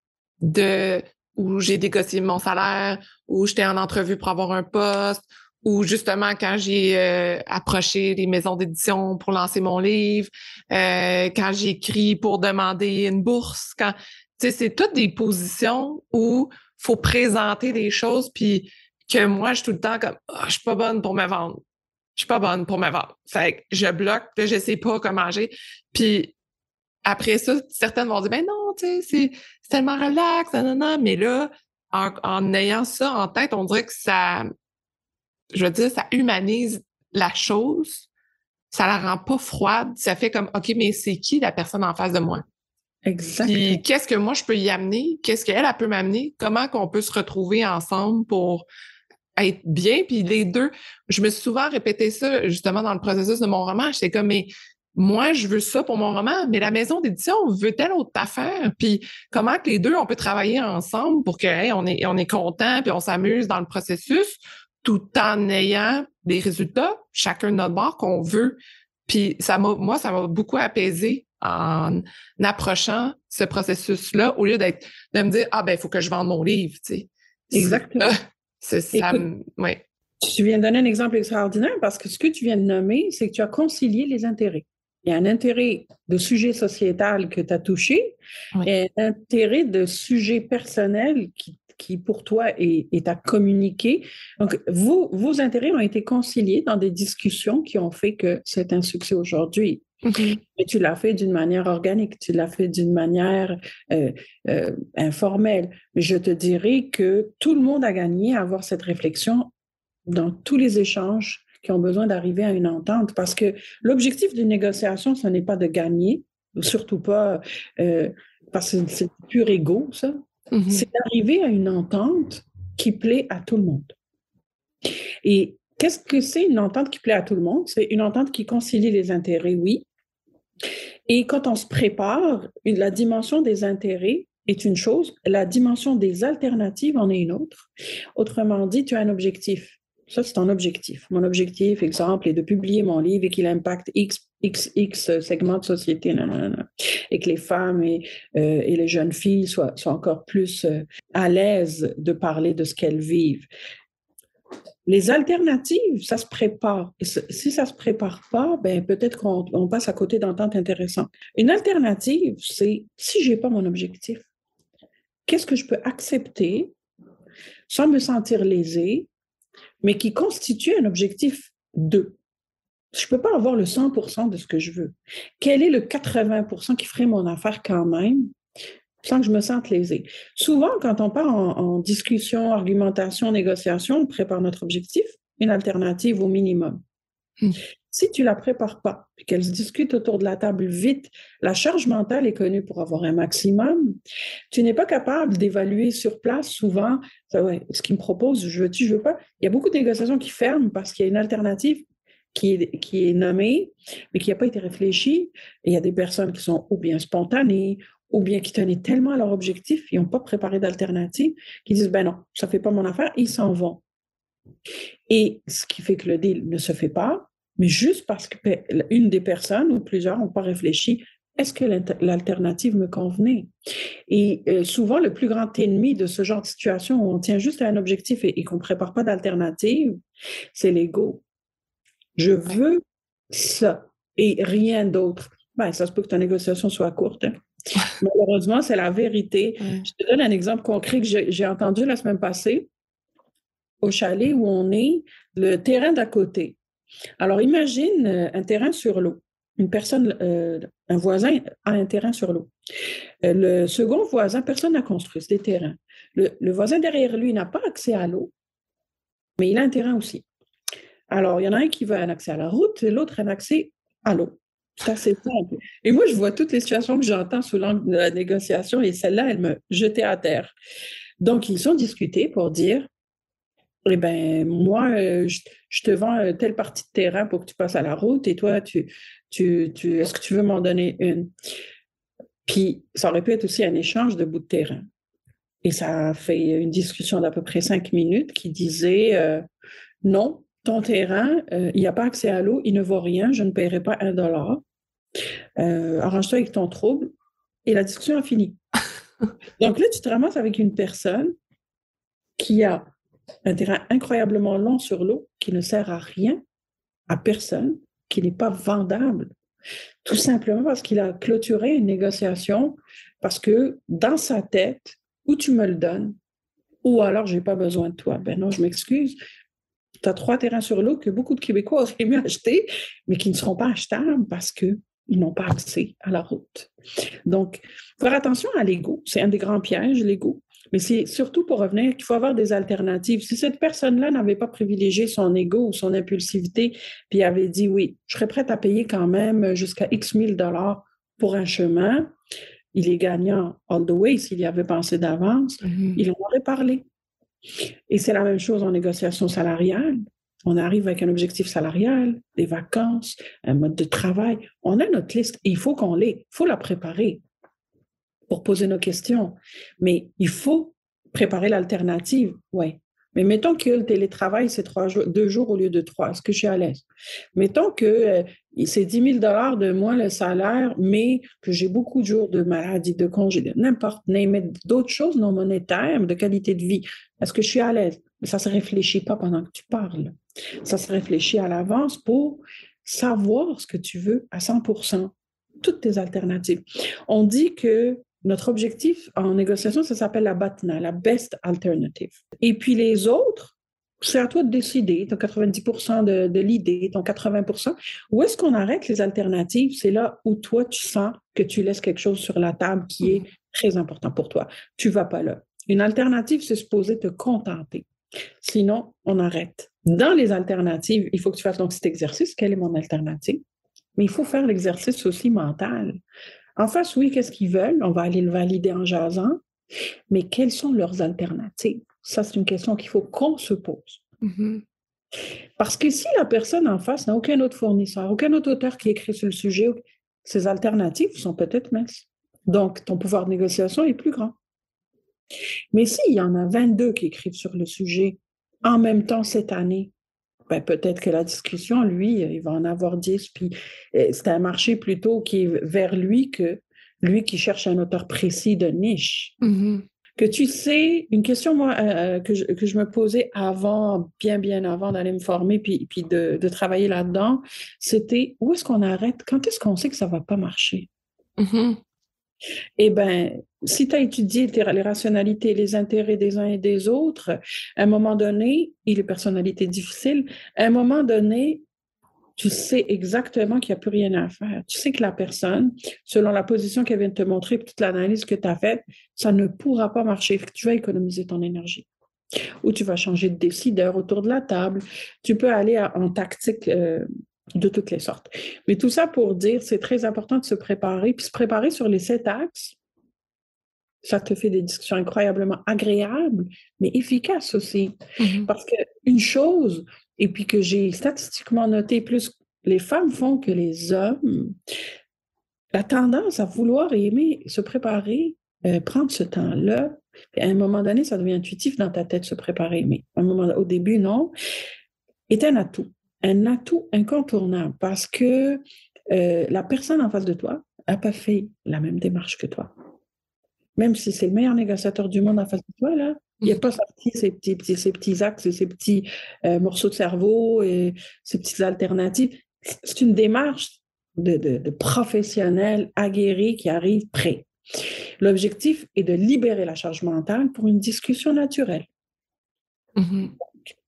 où j'ai négocié mon salaire, où j'étais en entrevue pour avoir un poste, ou justement quand j'ai approché les maisons d'édition pour lancer mon livre, quand j'ai écrit pour demander une bourse, tu sais, c'est toutes des positions où faut présenter des choses, puis que moi, je suis tout le temps comme je suis pas bonne pour me vendre. Je suis pas bonne pour me vendre. Fait que je bloque, puis je sais pas comment agir. Puis après ça, certaines vont dire, ben non, tu sais, c'est tellement relax, nanana. Mais là, en ayant ça en tête, on dirait que je veux dire, ça humanise la chose, ça la rend pas froide, ça fait comme, OK, mais c'est qui la personne en face de moi? Exactement. Puis qu'est-ce que moi je peux y amener? Qu'est-ce qu'elle peut m'amener? Comment qu'on peut se retrouver ensemble pour être bien? Puis les deux, je me suis souvent répété ça justement dans le processus de mon roman. J'étais comme, mais moi, je veux ça pour mon roman, mais la maison d'édition veut telle autre affaire. Puis comment que les deux, on peut travailler ensemble pour que hey, on est content puis on s'amuse dans le processus tout en ayant des résultats, chacun de notre bord qu'on veut. Puis ça m'a beaucoup apaisé en approchant ce processus-là au lieu de me dire ah ben il faut que je vende mon livre, tu sais. Exactement. Ouais. Tu viens de donner un exemple extraordinaire parce que ce que tu viens de nommer, c'est que tu as concilié les intérêts. Il y a un intérêt de sujet sociétal que tu as touché et un intérêt de sujet personnel qui pour toi est à communiquer. Donc, vos intérêts ont été conciliés dans des discussions qui ont fait que c'est un succès aujourd'hui. Mm-hmm. Mais tu l'as fait d'une manière organique, tu l'as fait d'une manière informelle. Mais je te dirais que tout le monde a gagné à avoir cette réflexion dans tous les échanges qui ont besoin d'arriver à une entente. Parce que l'objectif d'une négociation, ce n'est pas de gagner, surtout pas parce que c'est pur égo, ça. Mm-hmm. C'est d'arriver à une entente qui plaît à tout le monde. Et qu'est-ce que c'est une entente qui plaît à tout le monde? C'est une entente qui concilie les intérêts, oui. Et quand on se prépare, la dimension des intérêts est une chose, la dimension des alternatives en est une autre. Autrement dit, tu as un objectif. Ça, c'est ton objectif. Mon objectif, exemple, est de publier mon livre et qu'il impacte X segments de société, et que les femmes et les jeunes filles soient encore plus à l'aise de parler de ce qu'elles vivent. Les alternatives, ça se prépare. Et si ça ne se prépare pas, ben peut-être qu'on passe à côté d'ententes intéressantes. Une alternative, c'est si je n'ai pas mon objectif, qu'est-ce que je peux accepter sans me sentir lésée, mais qui constitue un objectif 2. Je ne peux pas avoir le 100% de ce que je veux. Quel est le 80% qui ferait mon affaire quand même, sans que je me sente lésée? Souvent, quand on part en discussion, argumentation, négociation, on prépare notre objectif, une alternative au minimum. Si tu ne la prépares pas, puis qu'elle se discute autour de la table vite, la charge mentale est connue pour avoir un maximum. Tu n'es pas capable d'évaluer sur place souvent ce qu'il me propose, je veux-tu, je veux pas. Il y a beaucoup de négociations qui ferment parce qu'il y a une alternative qui est nommée, mais qui n'a pas été réfléchie. Et il y a des personnes qui sont ou bien spontanées, ou bien qui tenaient tellement à leur objectif, ils n'ont pas préparé d'alternative, qui disent, ben non, ça ne fait pas mon affaire, ils s'en vont. Et ce qui fait que le deal ne se fait pas, mais juste parce qu'une des personnes ou plusieurs n'ont pas réfléchi, est-ce que l'alternative me convenait? Et souvent, le plus grand ennemi de ce genre de situation où on tient juste à un objectif et qu'on ne prépare pas d'alternative, c'est l'ego. Je veux ça et rien d'autre. Ben, ça se peut que ta négociation soit courte. Hein? Malheureusement, c'est la vérité. Je te donne un exemple concret que j'ai entendu la semaine passée. au chalet où on est, le terrain d'à côté. Alors, imagine un terrain sur l'eau. Un voisin a un terrain sur l'eau. Le second voisin, personne n'a construit, c'est des terrains. Le voisin derrière lui n'a pas accès à l'eau, mais il a un terrain aussi. Alors, il y en a un qui veut un accès à la route et l'autre un accès à l'eau. C'est assez simple. Et moi, je vois toutes les situations que j'entends sous l'angle de la négociation et celle-là, elle me jetait à terre. Donc, ils ont discuté pour dire, eh bien, moi, je te vends telle partie de terrain pour que tu passes à la route et toi, est-ce que tu veux m'en donner une? Puis, ça aurait pu être aussi un échange de bouts de terrain. Et ça a fait une discussion d'à peu près 5 minutes qui disait non, ton terrain, il n'y a pas accès à l'eau, il ne vaut rien, je ne paierai pas $1. Arrange-toi avec ton trouble. Et la discussion a fini. Donc là, tu te ramasses avec une personne qui a un terrain incroyablement long sur l'eau, qui ne sert à rien, à personne, qui n'est pas vendable, tout simplement parce qu'il a clôturé une négociation, parce que dans sa tête, ou tu me le donnes, ou alors j'ai pas besoin de toi. Ben non, je m'excuse. Tu as 3 terrains sur l'eau que beaucoup de Québécois auraient aimé acheter, mais qui ne seront pas achetables parce qu'ils n'ont pas accès à la route. Donc, faire attention à l'ego. C'est un des grands pièges, l'ego. Mais c'est surtout pour revenir qu'il faut avoir des alternatives. Si cette personne-là n'avait pas privilégié son ego ou son impulsivité, puis avait dit oui, je serais prête à payer quand même jusqu'à X mille dollars pour un chemin, il est gagnant all the way s'il y avait pensé d'avance, il en aurait parlé. Et c'est la même chose en négociation salariale. On arrive avec un objectif salarial, des vacances, un mode de travail. On a notre liste et il faut qu'on l'ait. Il faut la préparer pour poser nos questions. Mais il faut préparer l'alternative, oui. Mais mettons que le télétravail, c'est 2 jours au lieu de 3. Est-ce que je suis à l'aise? Mettons que c'est 10 000 $ de moins le salaire, mais que j'ai beaucoup de jours de maladie, de congé, n'importe, d'autres choses non monétaires, de qualité de vie. Est-ce que je suis à l'aise? Mais ça ne se réfléchit pas pendant que tu parles. Ça se réfléchit à l'avance pour savoir ce que tu veux à 100%. Toutes tes alternatives. On dit que notre objectif en négociation, ça s'appelle la BATNA, la Best Alternative. Et puis les autres, c'est à toi de décider, ton 90% de l'idée, ton 80%. Où est-ce qu'on arrête les alternatives? C'est là où toi, tu sens que tu laisses quelque chose sur la table qui est très important pour toi. Tu ne vas pas là. Une alternative, c'est supposé te contenter. Sinon, on arrête. Dans les alternatives, il faut que tu fasses donc cet exercice. Quelle est mon alternative? Mais il faut faire l'exercice aussi mental. En face, oui, qu'est-ce qu'ils veulent? On va aller le valider en jasant. Mais quelles sont leurs alternatives? Ça, c'est une question qu'il faut qu'on se pose. Parce que si la personne en face n'a aucun autre fournisseur, aucun autre auteur qui écrit sur le sujet, ces alternatives sont peut-être minces. Donc, ton pouvoir de négociation est plus grand. Mais s'il y en a 22 qui écrivent sur le sujet en même temps cette année, ben peut-être que la discussion, lui, il va en avoir 10, puis c'est un marché plutôt qui est vers lui que lui qui cherche un auteur précis de niche. Que tu sais, une question moi, que je me posais avant, bien avant d'aller me former puis de travailler là-dedans, c'était où est-ce qu'on arrête? Quand est-ce qu'on sait que ça ne va pas marcher? Eh bien, si tu as étudié les rationalités et les intérêts des uns et des autres, à un moment donné, et les personnalités difficiles, à un moment donné, tu sais exactement qu'il n'y a plus rien à faire. Tu sais que la personne, selon la position qu'elle vient de te montrer, toute l'analyse que tu as faite, ça ne pourra pas marcher. Tu vas économiser ton énergie. Ou tu vas changer de décideur autour de la table. Tu peux aller en tactique de toutes les sortes. Mais tout ça pour dire, c'est très important de se préparer, puis se préparer sur les 7 axes. Ça te fait des discussions incroyablement agréables, mais efficaces aussi. Parce qu'une chose, et puis que j'ai statistiquement noté, plus les femmes font que les hommes, la tendance à vouloir et aimer se préparer, prendre ce temps-là, puis à un moment donné, ça devient intuitif dans ta tête, se préparer, mais au début, non, est un atout incontournable parce que la personne en face de toi n'a pas fait la même démarche que toi. Même si c'est le meilleur négociateur du monde en face de toi, là, il n'a pas sorti ces petits axes, ces petits morceaux de cerveau et ces petites alternatives. C'est une démarche de professionnel aguerri qui arrive prêt. L'objectif est de libérer la charge mentale pour une discussion naturelle.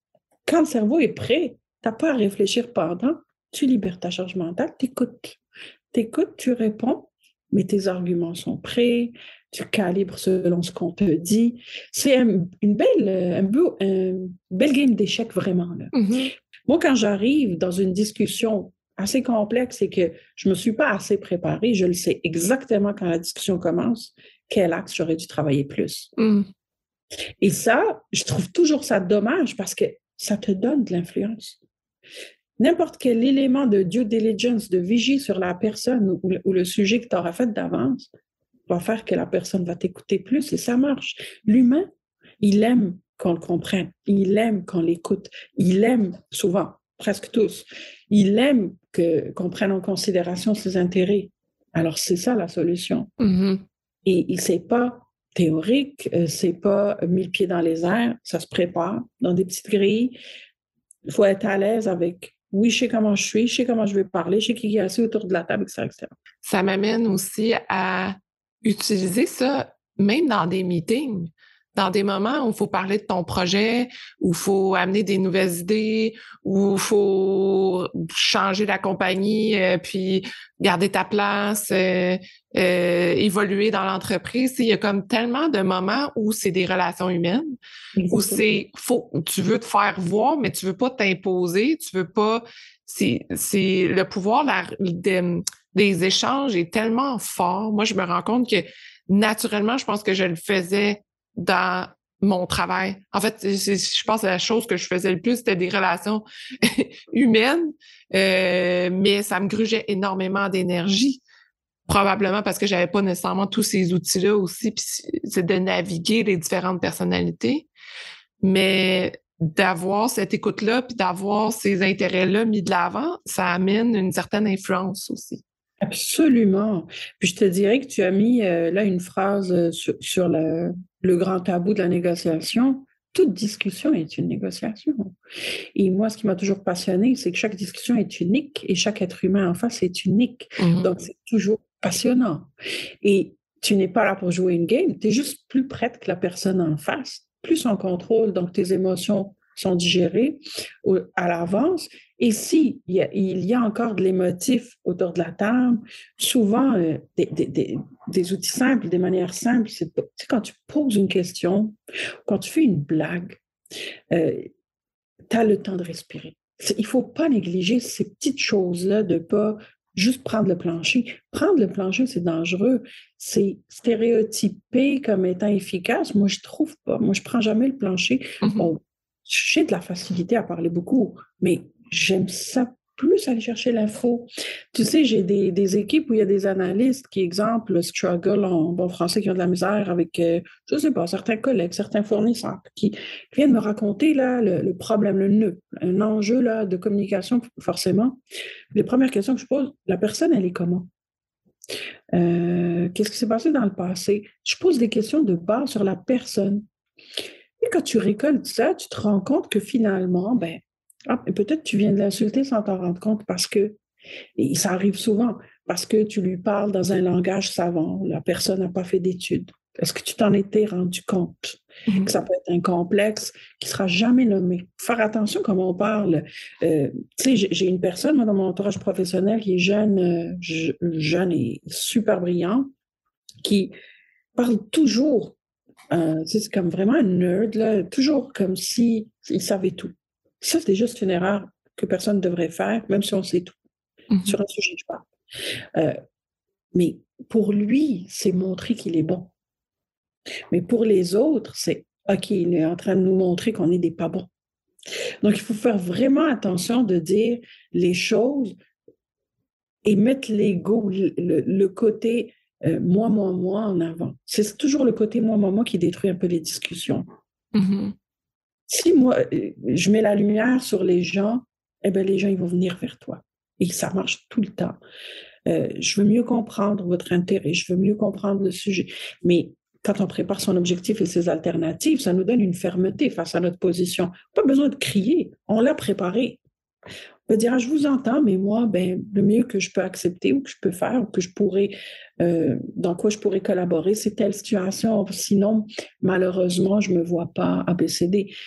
Quand le cerveau est prêt, tu n'as pas à réfléchir pendant, tu libères ta charge mentale, tu écoutes, tu réponds, mais tes arguments sont prêts, tu calibres selon ce qu'on te dit. C'est une belle game d'échecs vraiment, là. Mhm. Moi, quand j'arrive dans une discussion assez complexe et que je ne me suis pas assez préparée, je le sais exactement quand la discussion commence, quel axe j'aurais dû travailler plus. Mhm. Et ça, je trouve toujours ça dommage parce que ça te donne de l'influence. N'importe quel élément de due diligence, de vigie sur la personne ou le sujet que tu auras fait d'avance va faire que la personne va t'écouter plus et ça marche. L'humain, il aime qu'on le comprenne, il aime qu'on l'écoute, il aime souvent, presque tous, il aime qu'on prenne en considération ses intérêts. Alors, c'est ça la solution. Mhm. Et c'est pas théorique, c'est pas 1000 pieds dans les airs, ça se prépare dans des petites grilles. Il faut être à l'aise avec, oui, je sais comment je suis, je sais comment je vais parler, je sais qui est assis autour de la table, etc., etc. Ça m'amène aussi à utiliser ça même dans des meetings, dans des moments où il faut parler de ton projet, où il faut amener des nouvelles idées, où il faut changer la compagnie, puis garder ta place, évoluer dans l'entreprise. Il y a comme tellement de moments où c'est des relations humaines, où tu veux te faire voir, mais tu veux pas t'imposer, tu veux pas, c'est le pouvoir des échanges est tellement fort. Moi, je me rends compte que naturellement, je pense que je le faisais dans mon travail. En fait, je pense que la chose que je faisais le plus, c'était des relations humaines, mais ça me grugeait énormément d'énergie. Probablement parce que j'avais pas nécessairement tous ces outils-là aussi, puis c'est de naviguer les différentes personnalités. Mais d'avoir cette écoute-là, puis d'avoir ces intérêts-là mis de l'avant, ça amène une certaine influence aussi. Absolument. Puis je te dirais que tu as mis là une phrase sur le grand tabou de la négociation. Toute discussion est une négociation. Et moi, ce qui m'a toujours passionné, c'est que chaque discussion est unique et chaque être humain en face est unique. Mhm. Donc, c'est toujours passionnant. Et tu n'es pas là pour jouer une game, tu es juste plus prête que la personne en face, plus en contrôle, donc tes émotions sont digérées à l'avance. Et si il y a encore de l'émotif autour de la table, souvent des outils simples, des manières simples, c'est quand tu poses une question, quand tu fais une blague, tu as le temps de respirer. Il ne faut pas négliger ces petites choses-là de ne pas juste prendre le plancher. Prendre le plancher, c'est dangereux. C'est stéréotypé comme étant efficace. Moi, je ne trouve pas. Moi, je ne prends jamais le plancher. Mhm. Bon, j'ai de la facilité à parler beaucoup, mais j'aime ça plus aller chercher l'info. Tu sais, j'ai des équipes où il y a des analystes qui, exemple, le struggle en bon français, qui ont de la misère avec, je ne sais pas, certains collègues, certains fournisseurs qui viennent me raconter là, le problème, le nœud, un enjeu là, de communication, forcément. Les premières questions que je pose, la personne, elle est comment? Qu'est-ce qui s'est passé dans le passé? Je pose des questions de base sur la personne. Et quand tu récoltes ça, tu te rends compte que finalement, peut-être tu viens de l'insulter sans t'en rendre compte parce que, et ça arrive souvent, parce que tu lui parles dans un langage savant, la personne n'a pas fait d'études. Est-ce que tu t'en étais rendu compte que ça peut être un complexe qui ne sera jamais nommé? Faire attention comment on parle. Tu sais, j'ai une personne, moi, dans mon entourage professionnel qui est jeune et super brillant, qui parle toujours, c'est comme vraiment un nerd, là, toujours comme si il savait tout. Ça, c'est juste une erreur que personne ne devrait faire, même si on sait tout. Mhm. Sur un sujet, je parle. Mais pour lui, c'est montrer qu'il est bon. Mais pour les autres, c'est OK, il est en train de nous montrer qu'on est des pas bons. Donc, il faut faire vraiment attention de dire les choses et mettre l'ego, le côté moi en avant. C'est toujours le côté moi qui détruit un peu les discussions. Mhm. Si moi, je mets la lumière sur les gens, eh bien, les gens, ils vont venir vers toi. Et ça marche tout le temps. Je veux mieux comprendre votre intérêt, je veux mieux comprendre le sujet. Mais quand on prépare son objectif et ses alternatives, ça nous donne une fermeté face à notre position. Pas besoin de crier, on l'a préparé. On peut dire, ah, je vous entends, mais moi, le mieux que je peux accepter ou que je peux faire, ou que je pourrais, dans quoi je pourrais collaborer, c'est telle situation. Sinon, malheureusement, je ne me vois pas ABCD.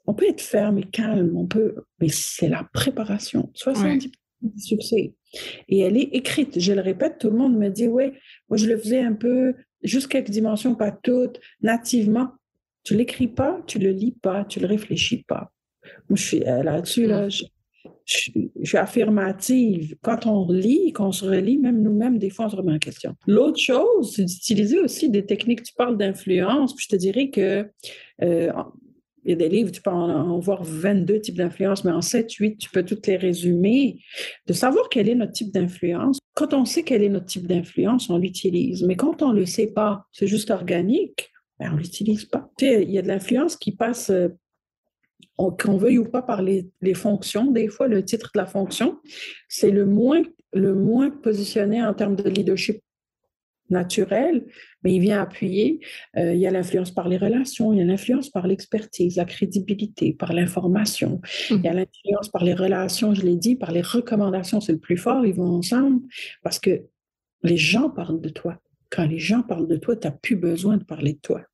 on peut être ferme et calme, mais c'est la préparation. 70% du succès. Et elle est écrite. Je le répète, tout le monde me dit, ouais, moi je le faisais un peu, juste quelques dimensions, pas toutes, nativement. Tu l'écris pas, tu le lis pas, tu le réfléchis pas. Moi, je suis là-dessus, là, je suis affirmative. Quand on lit, qu'on se relit, même nous-mêmes, des fois, on se remet en question. L'autre chose, c'est d'utiliser aussi des techniques. Tu parles d'influence, puis je te dirais que il y a des livres, tu peux en voir 22 types d'influence, mais en 7, 8, tu peux toutes les résumer. De savoir quel est notre type d'influence. Quand on sait quel est notre type d'influence, on l'utilise. Mais quand on ne le sait pas, c'est juste organique, ben on ne l'utilise pas. Tu sais, il y a de l'influence qui passe, qu'on veuille ou pas, par les fonctions. Des fois, le titre de la fonction, c'est le moins positionné en termes de leadership naturel, mais il vient appuyer. Il y a l'influence par les relations, il y a l'influence par l'expertise, la crédibilité, par l'information. Il y a l'influence par les relations, je l'ai dit, par les recommandations, c'est le plus fort, ils vont ensemble, parce que les gens parlent de toi. Quand les gens parlent de toi, tu n'as plus besoin de parler de toi.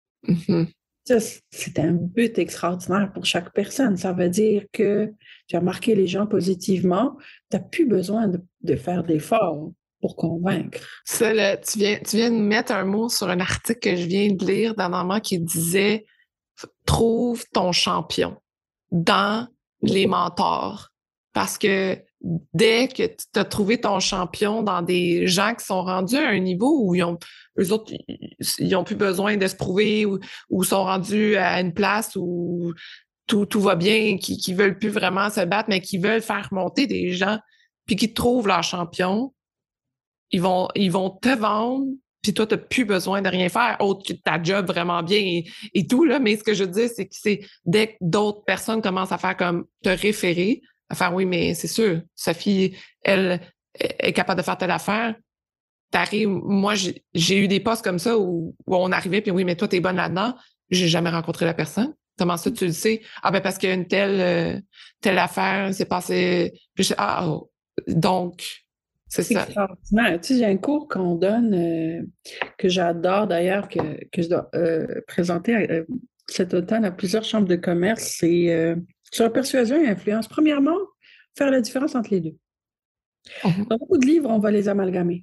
Ça, c'est un but extraordinaire pour chaque personne. Ça veut dire que tu as marqué les gens positivement, tu n'as plus besoin de faire d'efforts pour convaincre. Ça, là, tu viens de mettre un mot sur un article que je viens de lire dernièrement qui disait « Trouve ton champion dans les mentors ». Parce que dès que tu as trouvé ton champion dans des gens qui sont rendus à un niveau où eux autres, ils n'ont plus besoin de se prouver ou sont rendus à une place où tout va bien, qui veulent plus vraiment se battre, mais qui veulent faire monter des gens, puis qui trouvent leur champion, ils vont te vendre, puis toi, tu n'as plus besoin de rien faire, autre que ta job vraiment bien et tout, là. Mais ce que je veux dire, c'est que dès que d'autres personnes commencent à faire comme te référer, à faire oui, mais c'est sûr, Sophie, elle est capable de faire telle affaire. T'arrives, moi, j'ai eu des postes comme ça où on arrivait, puis oui, mais toi, t'es bonne là-dedans. J'ai jamais rencontré la personne. Comment ça, tu le sais? Ah, ben, parce qu'une telle affaire s'est passée. Puis donc, c'est ça. Extraordinaire. Tu sais, j'ai un cours qu'on donne que j'adore d'ailleurs, que je dois présenter cet automne à plusieurs chambres de commerce. C'est sur la persuasion et influence. Premièrement, faire la différence entre les deux. Dans beaucoup de livres, on va les amalgamer.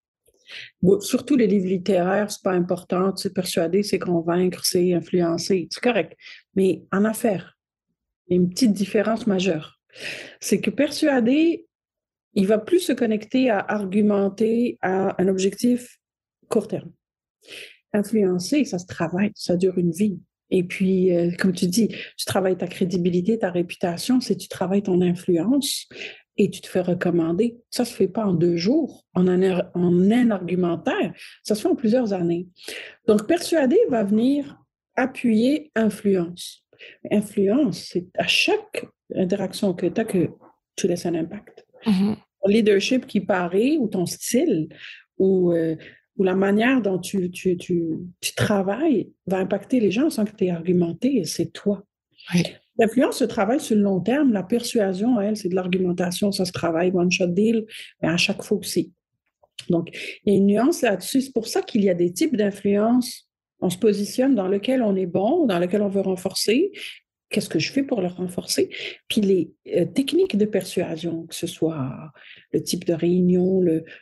Bon, surtout les livres littéraires, c'est pas important. Tu sais, persuader, c'est convaincre, c'est influencer. C'est correct. Mais en affaires, il y a une petite différence majeure. C'est que persuader, il va plus se connecter à argumenter à un objectif court terme. Influencer, ça se travaille, ça dure une vie. Et puis, comme tu dis, tu travailles ta crédibilité, ta réputation, c'est tu travailles ton influence et tu te fais recommander. Ça se fait pas en 2 jours, en un argumentaire. Ça se fait en plusieurs années. Donc, persuader va venir appuyer influence. Influence, c'est à chaque interaction que tu as que tu laisses un impact. Ton leadership qui paraît, ou ton style, ou la manière dont tu travailles va impacter les gens sans que tu aies argumenté, et c'est toi. Oui. L'influence se travaille sur le long terme. La persuasion, elle, c'est de l'argumentation, ça se travaille, one-shot deal, mais à chaque fois aussi. Donc, il y a une nuance là-dessus. C'est pour ça qu'il y a des types d'influence. On se positionne dans lequel on est bon, dans lequel on veut renforcer. Qu'est-ce que je fais pour le renforcer? Puis les techniques de persuasion, que ce soit le type de réunion,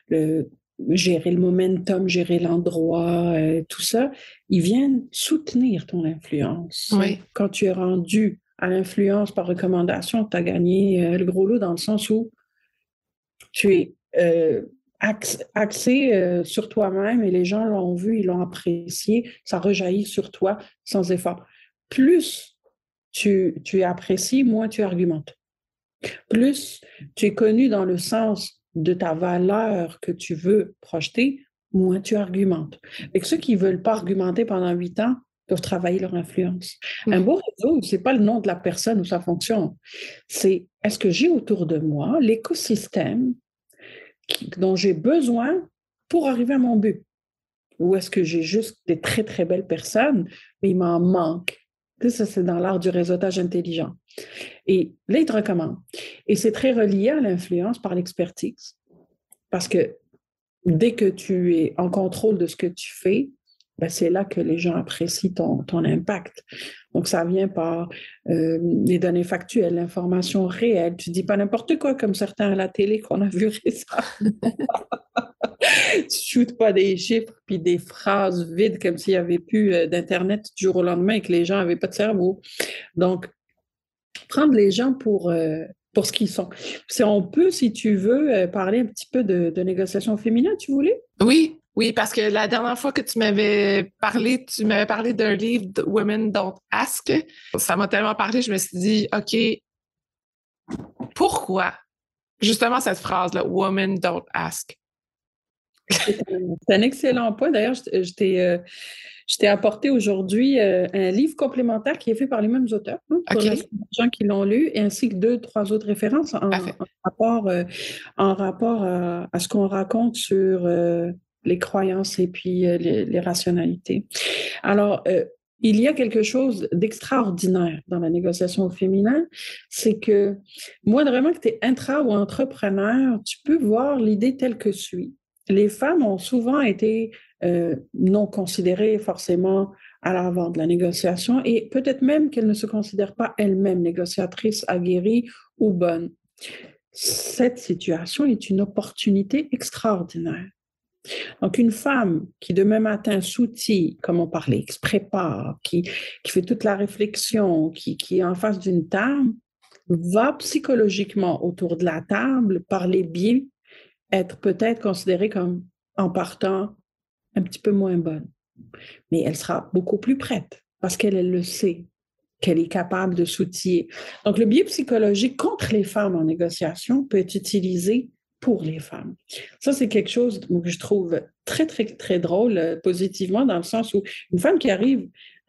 gérer le momentum, gérer l'endroit, tout ça, ils viennent soutenir ton influence. Oui. Quand tu es rendu à l'influence par recommandation, tu as gagné le gros lot dans le sens où tu es axé sur toi-même et les gens l'ont vu, ils l'ont apprécié, ça rejaillit sur toi sans effort. Plus tu es apprécié, moins tu argumentes. Plus tu es connu dans le sens de ta valeur que tu veux projeter, moins tu argumentes. Et ceux qui ne veulent pas argumenter pendant 8 ans doivent travailler leur influence. Un beau réseau, ce n'est pas le nom de la personne ou sa fonction. C'est est-ce que j'ai autour de moi l'écosystème dont j'ai besoin pour arriver à mon but? Ou est-ce que j'ai juste des très, très belles personnes, mais il m'en manque? Ça, c'est dans l'art du réseautage intelligent. Et là, il te recommande. Et c'est très relié à l'influence par l'expertise. Parce que dès que tu es en contrôle de ce que tu fais, ben, c'est là que les gens apprécient ton impact. Donc, ça vient par les données factuelles, l'information réelle. Tu dis pas n'importe quoi comme certains à la télé qu'on a vu récemment. Tu shootes pas des chiffres puis des phrases vides comme s'il n'y avait plus d'Internet du jour au lendemain et que les gens n'avaient pas de cerveau. Donc, prendre les gens pour ce qu'ils sont. Si on peut, si tu veux, parler un petit peu de négociation féminine, tu voulais? Oui, oui, parce que la dernière fois que tu m'avais parlé d'un livre de Women Don't Ask. Ça m'a tellement parlé, je me suis dit, OK, pourquoi? Justement, cette phrase-là, Women Don't Ask. C'est un excellent point. D'ailleurs, je t'ai apporté aujourd'hui un livre complémentaire qui est fait par les mêmes auteurs, hein, pour OK, les gens qui l'ont lu, et ainsi que deux, trois autres références parfait. en rapport à ce qu'on raconte sur les croyances et puis les rationalités. Alors, il y a quelque chose d'extraordinaire dans la négociation au féminin, c'est que moi, vraiment que tu es intra ou entrepreneur, tu peux voir l'idée telle que suit. Les femmes ont souvent été non considérées forcément à l'avant de la négociation et peut-être même qu'elles ne se considèrent pas elles-mêmes négociatrices aguerries ou bonnes. Cette situation est une opportunité extraordinaire. Donc, une femme qui demain matin s'outille, comme on parlait, qui se prépare, qui fait toute la réflexion, qui est en face d'une table, va psychologiquement autour de la table, par les biais, être peut-être considérée comme, en partant, un petit peu moins bonne. Mais elle sera beaucoup plus prête parce qu'elle le sait, qu'elle est capable de s'outiller. Donc, le biais psychologique contre les femmes en négociation peut être utilisé pour les femmes. Ça, c'est quelque chose que je trouve très, très, très drôle, positivement, dans le sens où une femme qui arrive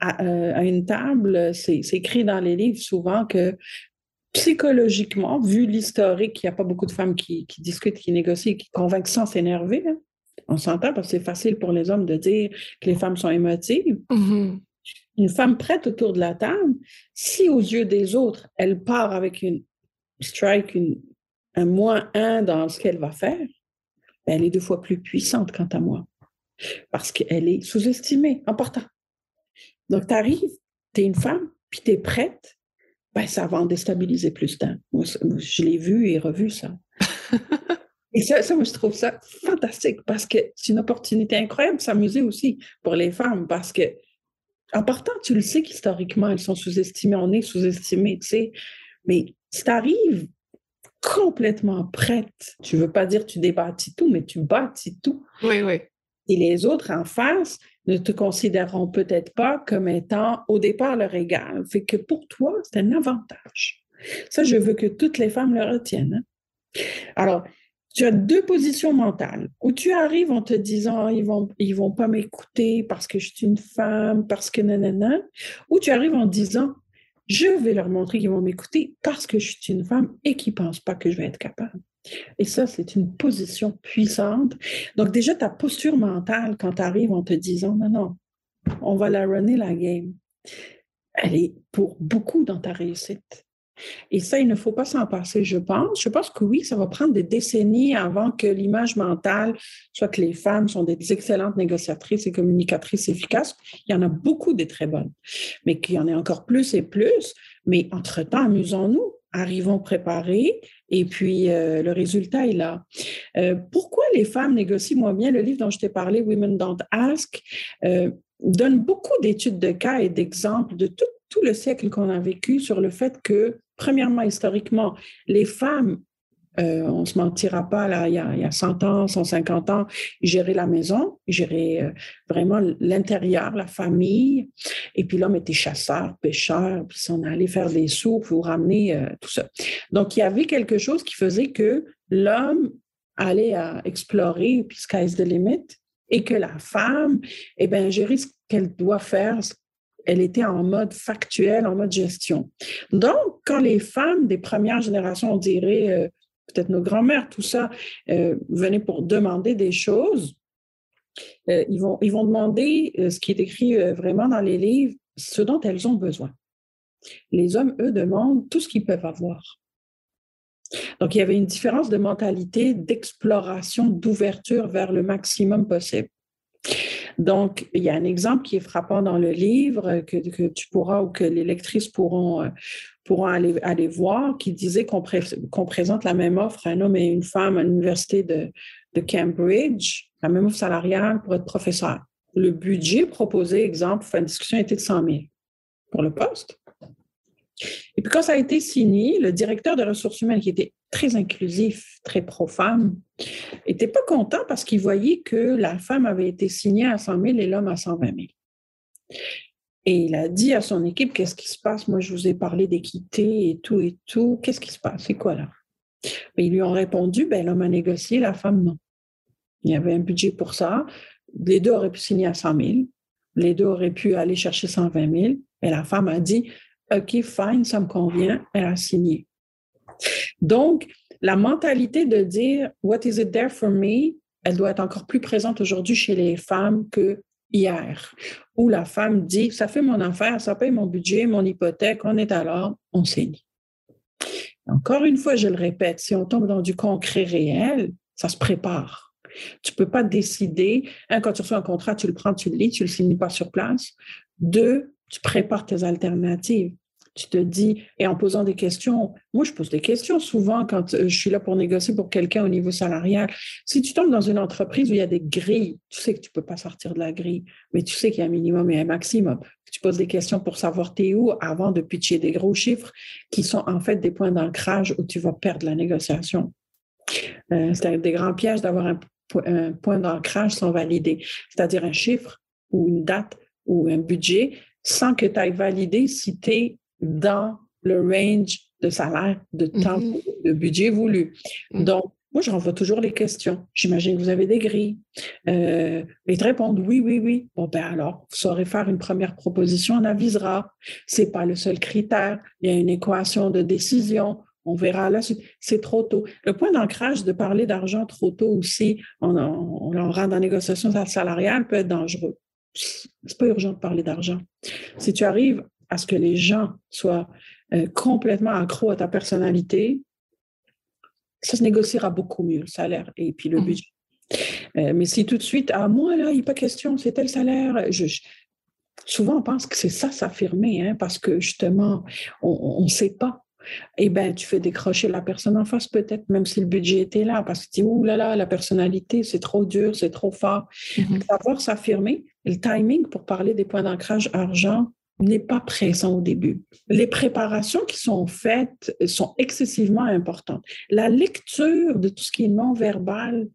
à une table, c'est écrit dans les livres souvent que psychologiquement, vu l'historique, il n'y a pas beaucoup de femmes qui discutent, qui négocient, qui convainquent sans s'énerver. Hein. On s'entend parce que c'est facile pour les hommes de dire que les femmes sont émotives. Mm-hmm. Une femme prête autour de la table, si aux yeux des autres, elle part avec une strike, un -1 dans ce qu'elle va faire, ben elle est 2 fois plus puissante, quant à moi, parce qu'elle est sous-estimée en partant. Donc, tu arrives, tu es une femme, puis tu es prête, ben, ça va en déstabiliser plus d'un. Moi, je l'ai vu et revu, ça. Et ça, moi, je trouve ça fantastique parce que c'est une opportunité incroyable de s'amuser aussi pour les femmes parce que, en partant, tu le sais qu'historiquement, elles sont sous-estimées, on est sous-estimé, tu sais. Mais si tu arrives complètement prête, tu veux pas dire tu débâtis tout, mais tu bâtis tout. Oui, oui. Et les autres en face ne te considéreront peut-être pas comme étant au départ leur égal. Fait que pour toi, c'est un avantage. Ça, je veux que toutes les femmes le retiennent. Hein. Alors, tu as 2 positions mentales où tu arrives en te disant ils vont pas m'écouter parce que je suis une femme, parce que nanana, ou tu arrives en disant je vais leur montrer qu'ils vont m'écouter parce que je suis une femme et qu'ils pensent pas que je vais être capable. Et ça, c'est une position puissante. Donc déjà, ta posture mentale quand tu arrives en te disant non, non, on va la runner la game, elle est pour beaucoup dans ta réussite. Et ça, il ne faut pas s'en passer, je pense. Je pense que oui, ça va prendre des décennies avant que l'image mentale soit que les femmes sont des excellentes négociatrices et communicatrices efficaces. Il y en a beaucoup des très bonnes, mais qu'il y en ait encore plus et plus. Mais entre-temps, amusons-nous, arrivons préparés et puis le résultat est là. Pourquoi les femmes négocient moins bien? Le livre dont je t'ai parlé, Women Don't Ask, donne beaucoup d'études de cas et d'exemples de tout le siècle qu'on a vécu sur le fait que, premièrement, historiquement, les femmes, on ne se mentira pas, là, il y a 100 ans, 150 ans, ils géraient la maison, ils géraient vraiment l'intérieur, la famille, et puis l'homme était chasseur, pêcheur, puis on allait faire des sous pour ramener tout ça. Donc, il y avait quelque chose qui faisait que l'homme allait explorer, puis sky's the limit, et que la femme, eh bien, gérer ce qu'elle doit faire, elle était en mode factuel, en mode gestion. Donc, quand les femmes des premières générations, on dirait peut-être nos grands-mères, tout ça, venaient pour demander des choses, ils vont demander ce qui est écrit vraiment dans les livres, ce dont elles ont besoin. Les hommes, eux, demandent tout ce qu'ils peuvent avoir. Donc, il y avait une différence de mentalité, d'exploration, d'ouverture vers le maximum possible. Donc, il y a un exemple qui est frappant dans le livre que tu pourras ou que les lectrices pourront aller voir, qui disait qu'on présente la même offre à un homme et une femme à l'université de Cambridge, la même offre salariale pour être professeur. Le budget proposé, exemple, fin de discussion, était de 100 000 pour le poste. Et puis, quand ça a été signé, le directeur des ressources humaines, qui était très inclusif, très pro-femme, n'était pas content parce qu'il voyait que la femme avait été signée à 100 000 et l'homme à 120 000. Et il a dit à son équipe, qu'est-ce qui se passe? Moi, je vous ai parlé d'équité et tout. Qu'est-ce qui se passe? C'est quoi là? Mais ils lui ont répondu, l'homme a négocié, la femme non. Il y avait un budget pour ça. Les deux auraient pu signer à 100 000. Les deux auraient pu aller chercher 120 000. Et la femme a dit, OK, fine, ça me convient. Elle a signé. Donc, la mentalité de dire « What is it there for me ?» elle doit être encore plus présente aujourd'hui chez les femmes que hier, où la femme dit « Ça fait mon affaire, ça paye mon budget, mon hypothèque, on est à l'ordre, on signe. » Encore une fois, je le répète, si on tombe dans du concret réel, ça se prépare. Tu ne peux pas décider, quand tu reçois un contrat, tu le prends, tu le lis, tu ne le signes pas sur place. 2, tu prépares tes alternatives. Tu te dis, et en posant des questions, moi je pose des questions souvent quand je suis là pour négocier pour quelqu'un au niveau salarial. Si tu tombes dans une entreprise où il y a des grilles, tu sais que tu ne peux pas sortir de la grille, mais tu sais qu'il y a un minimum et un maximum. Tu poses des questions pour savoir t'es où avant de pitcher des gros chiffres qui sont en fait des points d'ancrage où tu vas perdre la négociation. C'est des grands pièges d'avoir un point d'ancrage sans valider, c'est-à-dire un chiffre ou une date ou un budget sans que tu ailles valider si tu es dans le range de salaire, de temps, de budget voulu. Donc, moi, je renvoie toujours les questions. J'imagine que vous avez des grilles. Ils te répondent oui, oui, oui. Bon, alors, vous saurez faire une première proposition, on avisera. Ce n'est pas le seul critère. Il y a une équation de décision. On verra là, c'est trop tôt. Le point d'ancrage de parler d'argent trop tôt aussi, on rentre dans la négociation salariale, peut être dangereux. C'est pas urgent de parler d'argent. Si tu arrives à ce que les gens soient complètement accros à ta personnalité, ça se négociera beaucoup mieux, le salaire et puis le budget. Mais si tout de suite, moi, là, il n'est pas question, c'est tel salaire, souvent on pense que c'est ça s'affirmer, parce que justement, on ne sait pas. Eh bien, tu fais décrocher la personne en face peut-être, même si le budget était là, parce que tu dis, ouh là là, la personnalité, c'est trop dur, c'est trop fort. Savoir s'affirmer, le timing pour parler des points d'ancrage argent n'est pas présent au début. Les préparations qui sont faites sont excessivement importantes. La lecture de tout ce qui est non-verbal,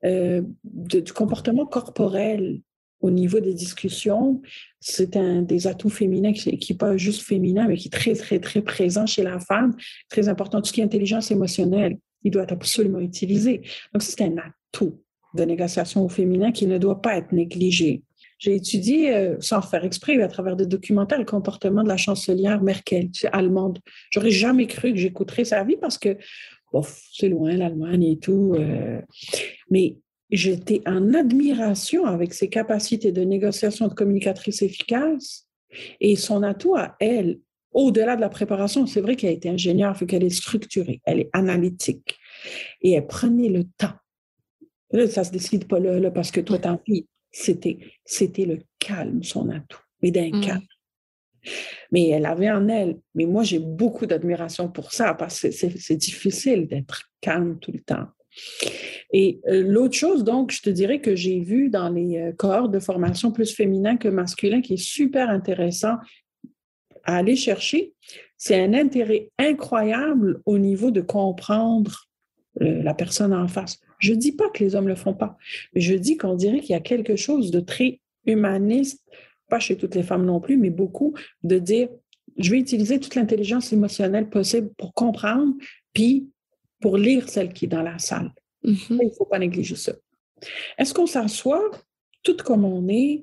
du comportement corporel, au niveau des discussions, c'est un des atouts féminins qui n'est pas juste féminin, mais qui est très, très, très présent chez la femme, très important. Tout ce qui est intelligence émotionnelle, il doit être absolument utilisé. Donc, c'est un atout de négociation au féminin qui ne doit pas être négligé. J'ai étudié, sans faire exprès, à travers des documentaires, le comportement de la chancelière Merkel, allemande. J'aurais jamais cru que j'écouterais sa vie parce que, c'est loin, l'Allemagne et tout. Mais j'étais en admiration avec ses capacités de négociation de communicatrice efficace et son atout à elle, au-delà de la préparation. C'est vrai qu'elle a été ingénieure, fait qu'elle est structurée, elle est analytique et elle prenait le temps. Là, ça ne se décide pas là parce que toi, tant pis. C'était le calme, son atout, mais d'un calme. Mais elle avait en elle. Mais moi, j'ai beaucoup d'admiration pour ça parce que c'est difficile d'être calme tout le temps. Et l'autre chose, donc, je te dirais que j'ai vu dans les cohortes de formation plus féminin que masculin qui est super intéressant à aller chercher, c'est un intérêt incroyable au niveau de comprendre la personne en face. Je ne dis pas que les hommes ne le font pas, mais je dis qu'on dirait qu'il y a quelque chose de très humaniste, pas chez toutes les femmes non plus, mais beaucoup, de dire, je vais utiliser toute l'intelligence émotionnelle possible pour comprendre, puis pour lire celle qui est dans la salle. Il ne faut pas négliger ça. Est-ce qu'on s'assoit, tout comme on est,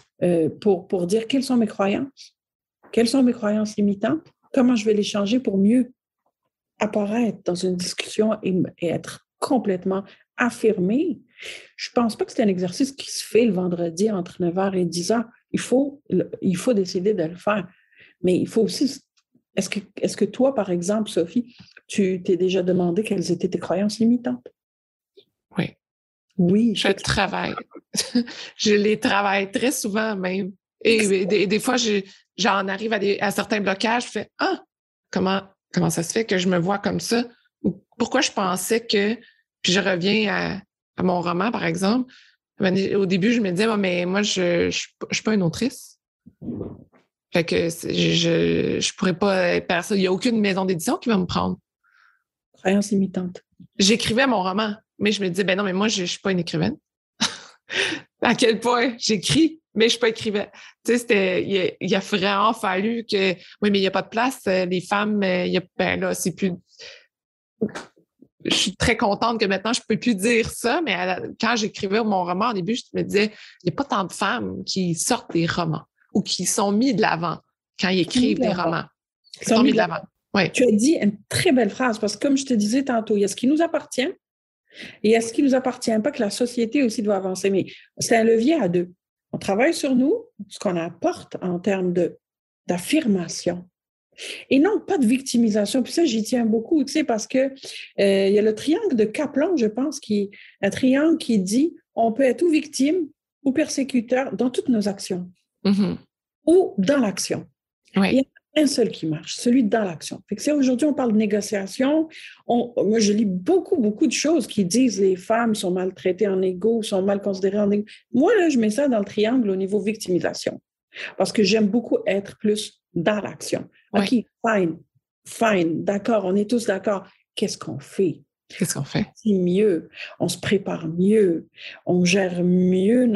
pour dire quelles sont mes croyances? Quelles sont mes croyances limitantes? Comment je vais les changer pour mieux apparaître dans une discussion et être complètement affirmé? Je ne pense pas que c'est un exercice qui se fait le vendredi entre 9h et 10h. Il faut décider de le faire. Mais il faut aussi... Est-ce que toi, par exemple, Sophie, tu t'es déjà demandé quelles étaient tes croyances limitantes? Oui. Oui, Je travaille. Je les travaille très souvent même. Et des fois, j'en arrive à certains blocages, je fais « Ah, comment ça se fait que je me vois comme ça? » Ou pourquoi je pensais que... Puis je reviens à mon roman, par exemple. Au début, je me disais « Mais moi, je suis pas une autrice. » Fait que je pourrais pas être personne. Il n'y a aucune maison d'édition qui va me prendre. Croyance limitante. J'écrivais mon roman, mais je me disais « Ben non, mais moi, je suis pas une écrivaine. » À quel point j'écris, mais je suis pas écrivain. Tu sais, il a vraiment fallu que, oui, mais il n'y a pas de place. Les femmes, ben là, c'est plus. Je suis très contente que maintenant je peux plus dire ça, mais quand j'écrivais mon roman au début, je me disais, il n'y a pas tant de femmes qui sortent des romans ou qui sont mis de l'avant quand ils écrivent des romans. Ils sont mis de l'avant. Ouais. Tu as dit une très belle phrase parce que comme je te disais tantôt, il y a ce qui nous appartient et il y a ce qui nous appartient pas, que la société aussi doit avancer. Mais c'est un levier à deux. On travaille sur nous, ce qu'on apporte en termes d'affirmation. Et non, pas de victimisation. Puis ça, j'y tiens beaucoup, tu sais, parce que il y a le triangle de Kaplan, je pense, qui est un triangle qui dit on peut être ou victime ou persécuteur dans toutes nos actions ou dans l'action. Oui. Il y a un seul qui marche, celui dans l'action. Fait que si aujourd'hui on parle de négociation, moi je lis beaucoup de choses qui disent les femmes sont maltraitées en égo, sont mal considérées en égo. Moi, là, je mets ça dans le triangle au niveau victimisation parce que j'aime beaucoup être plus dans l'action. OK, fine, d'accord, on est tous d'accord. Qu'est-ce qu'on fait? Qu'est-ce qu'on fait? C'est mieux, on se prépare mieux, on gère mieux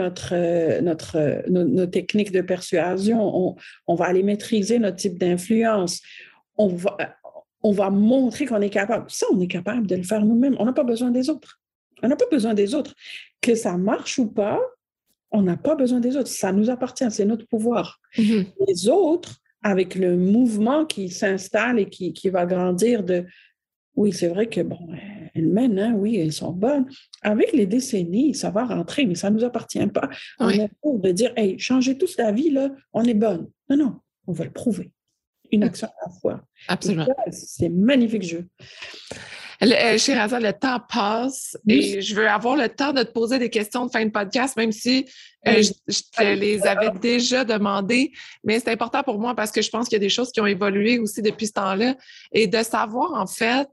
nos techniques de persuasion, on va aller maîtriser notre type d'influence, on va montrer qu'on est capable. Ça, on est capable de le faire nous-mêmes. On n'a pas besoin des autres. On n'a pas besoin des autres. Que ça marche ou pas, on n'a pas besoin des autres. Ça nous appartient, c'est notre pouvoir. Les autres, avec le mouvement qui s'installe et qui va grandir oui, c'est vrai que, bon, elles mènent, hein, oui, elles sont bonnes. Avec les décennies, ça va rentrer, mais ça ne nous appartient pas. On est pour de dire, hey, changez tous la vie, là, on est bonne. Non, on va le prouver. Une action à la fois. Absolument. C'est magnifique jeu. Sherazade, le temps passe et je veux avoir le temps de te poser des questions de fin de podcast, même si je te les avais déjà demandées, mais c'est important pour moi parce que je pense qu'il y a des choses qui ont évolué aussi depuis ce temps-là et de savoir en fait,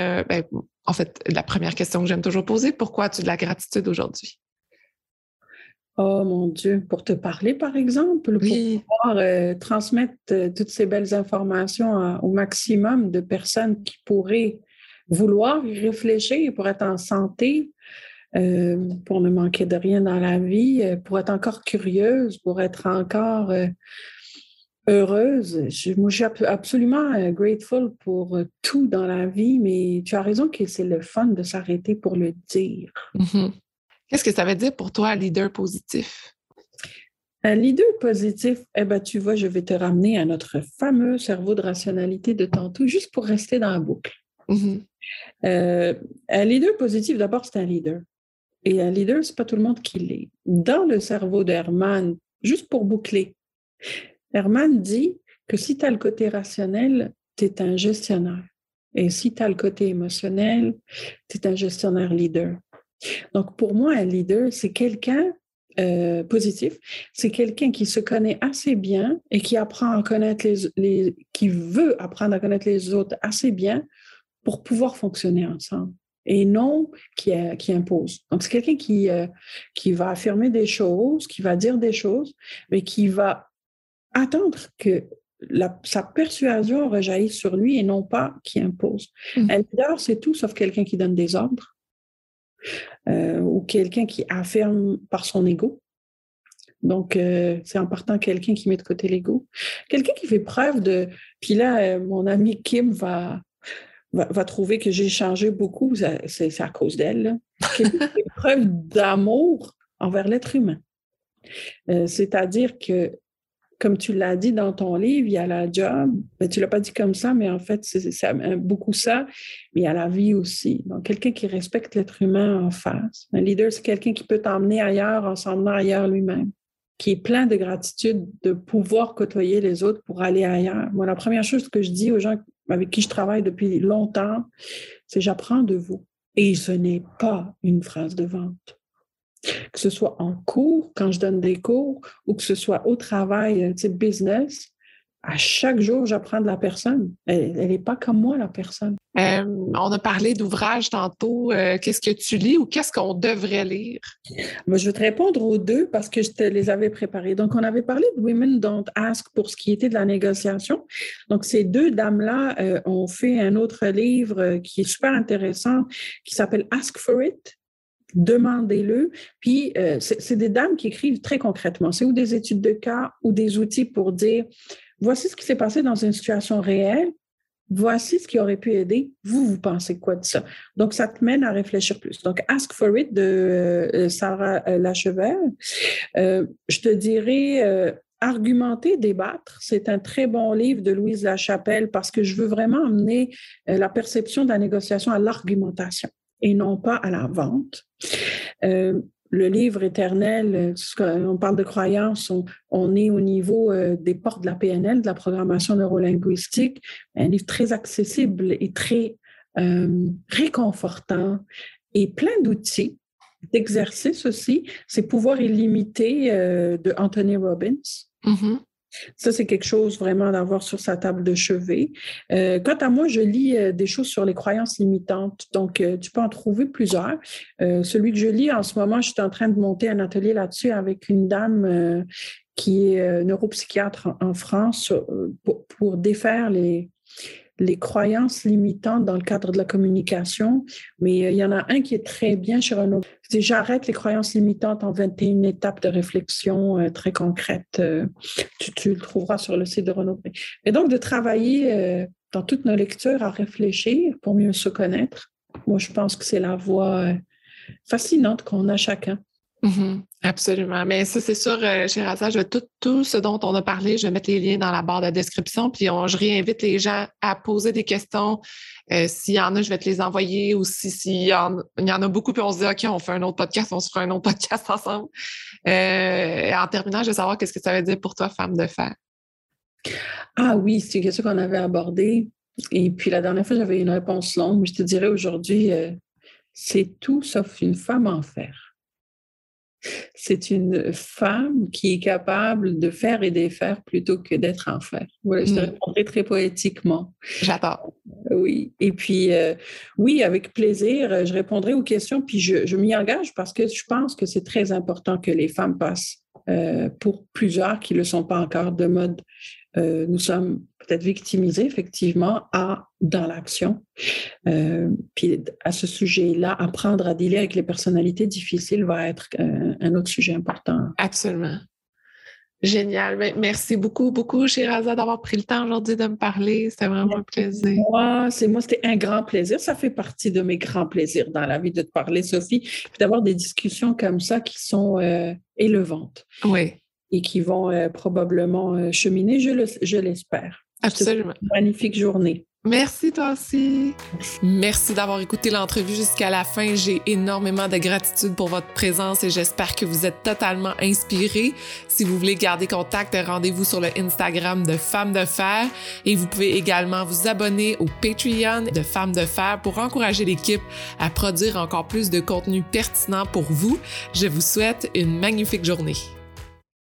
la première question que j'aime toujours poser, pourquoi as-tu de la gratitude aujourd'hui? Oh mon Dieu, pour te parler par exemple, oui. Pour pouvoir transmettre toutes ces belles informations au maximum de personnes qui pourraient vouloir y réfléchir pour être en santé, pour ne manquer de rien dans la vie, pour être encore curieuse, pour être encore heureuse. Moi, je suis absolument grateful pour tout dans la vie, mais tu as raison que c'est le fun de s'arrêter pour le dire. Qu'est-ce que ça veut dire pour toi, un leader positif? Un leader positif, tu vois, je vais te ramener à notre fameux cerveau de rationalité de tantôt, juste pour rester dans la boucle. Un leader positif, d'abord, c'est un leader. Et un leader, c'est pas tout le monde qui l'est. Dans le cerveau d'Herman, juste pour boucler, Herman dit que si tu as le côté rationnel, tu es un gestionnaire. Et si tu as le côté émotionnel, tu es un gestionnaire leader. Donc, pour moi, un leader, c'est quelqu'un positif, c'est quelqu'un qui se connaît assez bien et qui apprend à connaître qui veut apprendre à connaître les autres assez bien pour pouvoir fonctionner ensemble et non qui impose. Donc, c'est quelqu'un qui va affirmer des choses, qui va dire des choses, mais qui va attendre que sa persuasion rejaillisse sur lui et non pas qui impose. Un leader, c'est tout sauf quelqu'un qui donne des ordres. Ou quelqu'un qui affirme par son ego. Donc, c'est en partant quelqu'un qui met de côté l'ego. Quelqu'un qui fait preuve de... Puis là, mon amie Kim va trouver que j'ai changé beaucoup. C'est à cause d'elle. Quelqu'un qui fait preuve d'amour envers l'être humain. C'est-à-dire que, comme tu l'as dit dans ton livre, il y a la job. Tu ne l'as pas dit comme ça, mais en fait, c'est beaucoup ça. Mais il y a la vie aussi. Donc, quelqu'un qui respecte l'être humain en face. Un leader, c'est quelqu'un qui peut t'emmener ailleurs en s'emmenant ailleurs lui-même, qui est plein de gratitude de pouvoir côtoyer les autres pour aller ailleurs. Moi, la première chose que je dis aux gens avec qui je travaille depuis longtemps, c'est « j'apprends de vous ». Et ce n'est pas une phrase de vente. que ce soit en cours, quand je donne des cours, ou que ce soit au travail, type business. À chaque jour, j'apprends de la personne. Elle n'est pas comme moi, la personne. On a parlé d'ouvrages tantôt. Qu'est-ce que tu lis ou qu'est-ce qu'on devrait lire? Ben, je vais te répondre aux deux parce que je te les avais préparés. Donc, on avait parlé de Women Don't Ask pour ce qui était de la négociation. Donc, ces deux dames-là ont fait un autre livre qui est super intéressant qui s'appelle Ask for It. Demandez-le. Puis, c'est des dames qui écrivent très concrètement. C'est ou des études de cas ou des outils pour dire voici ce qui s'est passé dans une situation réelle. Voici ce qui aurait pu aider. Vous pensez quoi de ça? Donc, ça te mène à réfléchir plus. Donc, Ask for It de Sarah Lachevelle. Je te dirais Argumenter, débattre. C'est un très bon livre de Louise Lachapelle parce que je veux vraiment amener la perception de la négociation à l'argumentation et non pas à la vente. Le livre éternel, on parle de croyances, on est au niveau des portes de la PNL, de la programmation neurolinguistique, un livre très accessible et très réconfortant et plein d'outils, d'exercices aussi. C'est Pouvoir illimité de Anthony Robbins. Mm-hmm. Ça, c'est quelque chose vraiment d'avoir sur sa table de chevet. Quant à moi, je lis des choses sur les croyances limitantes. Donc, tu peux en trouver plusieurs. Celui que je lis en ce moment, je suis en train de monter un atelier là-dessus avec une dame qui est neuropsychiatre en France pour défaire les croyances limitantes dans le cadre de la communication. Mais il y en a un qui est très bien chez Renaud. C'est J'arrête les croyances limitantes en 21 étapes de réflexion très concrètes. Tu le trouveras sur le site de Renaud. Et donc, de travailler dans toutes nos lectures à réfléchir pour mieux se connaître. Moi, je pense que c'est la voie fascinante qu'on a chacun. Mm-hmm, absolument. Mais ça, c'est sûr, Sherazade, tout ce dont on a parlé, je vais mettre les liens dans la barre de description, puis je réinvite les gens à poser des questions. S'il y en a, je vais te les envoyer, ou s'il y en a beaucoup, puis on se dit, OK, on fait un autre podcast, on se fera un autre podcast ensemble. En terminant, je veux savoir qu'est-ce que ça veut dire pour toi, femme de fer. Ah oui, c'est quelque chose qu'on avait abordé. Et puis la dernière fois, j'avais une réponse longue, mais je te dirais aujourd'hui, c'est tout sauf une femme en fer. C'est une femme qui est capable de faire et défaire plutôt que d'être en fer. Voilà, je te répondrai très poétiquement. J'adore. Oui. Et puis, oui, avec plaisir, je répondrai aux questions, puis je m'y engage parce que je pense que c'est très important que les femmes passent pour plusieurs qui ne le sont pas encore de mode. Nous sommes peut-être victimisés, effectivement, dans l'action. Puis à ce sujet-là, apprendre à dealer avec les personnalités difficiles va être un autre sujet important. Absolument. Génial. Merci beaucoup, beaucoup, Sherazade, d'avoir pris le temps aujourd'hui de me parler. C'était vraiment un plaisir. Moi, c'était un grand plaisir. Ça fait partie de mes grands plaisirs dans la vie de te parler, Sophie, puis d'avoir des discussions comme ça qui sont élevantes. Oui. Et qui vont probablement cheminer, je l'espère. Absolument. Une magnifique journée. Merci toi aussi. Merci d'avoir écouté l'entrevue jusqu'à la fin. J'ai énormément de gratitude pour votre présence et j'espère que vous êtes totalement inspirés. Si vous voulez garder contact, rendez-vous sur le Instagram de Femmes de Fer et vous pouvez également vous abonner au Patreon de Femmes de Fer pour encourager l'équipe à produire encore plus de contenu pertinent pour vous. Je vous souhaite une magnifique journée.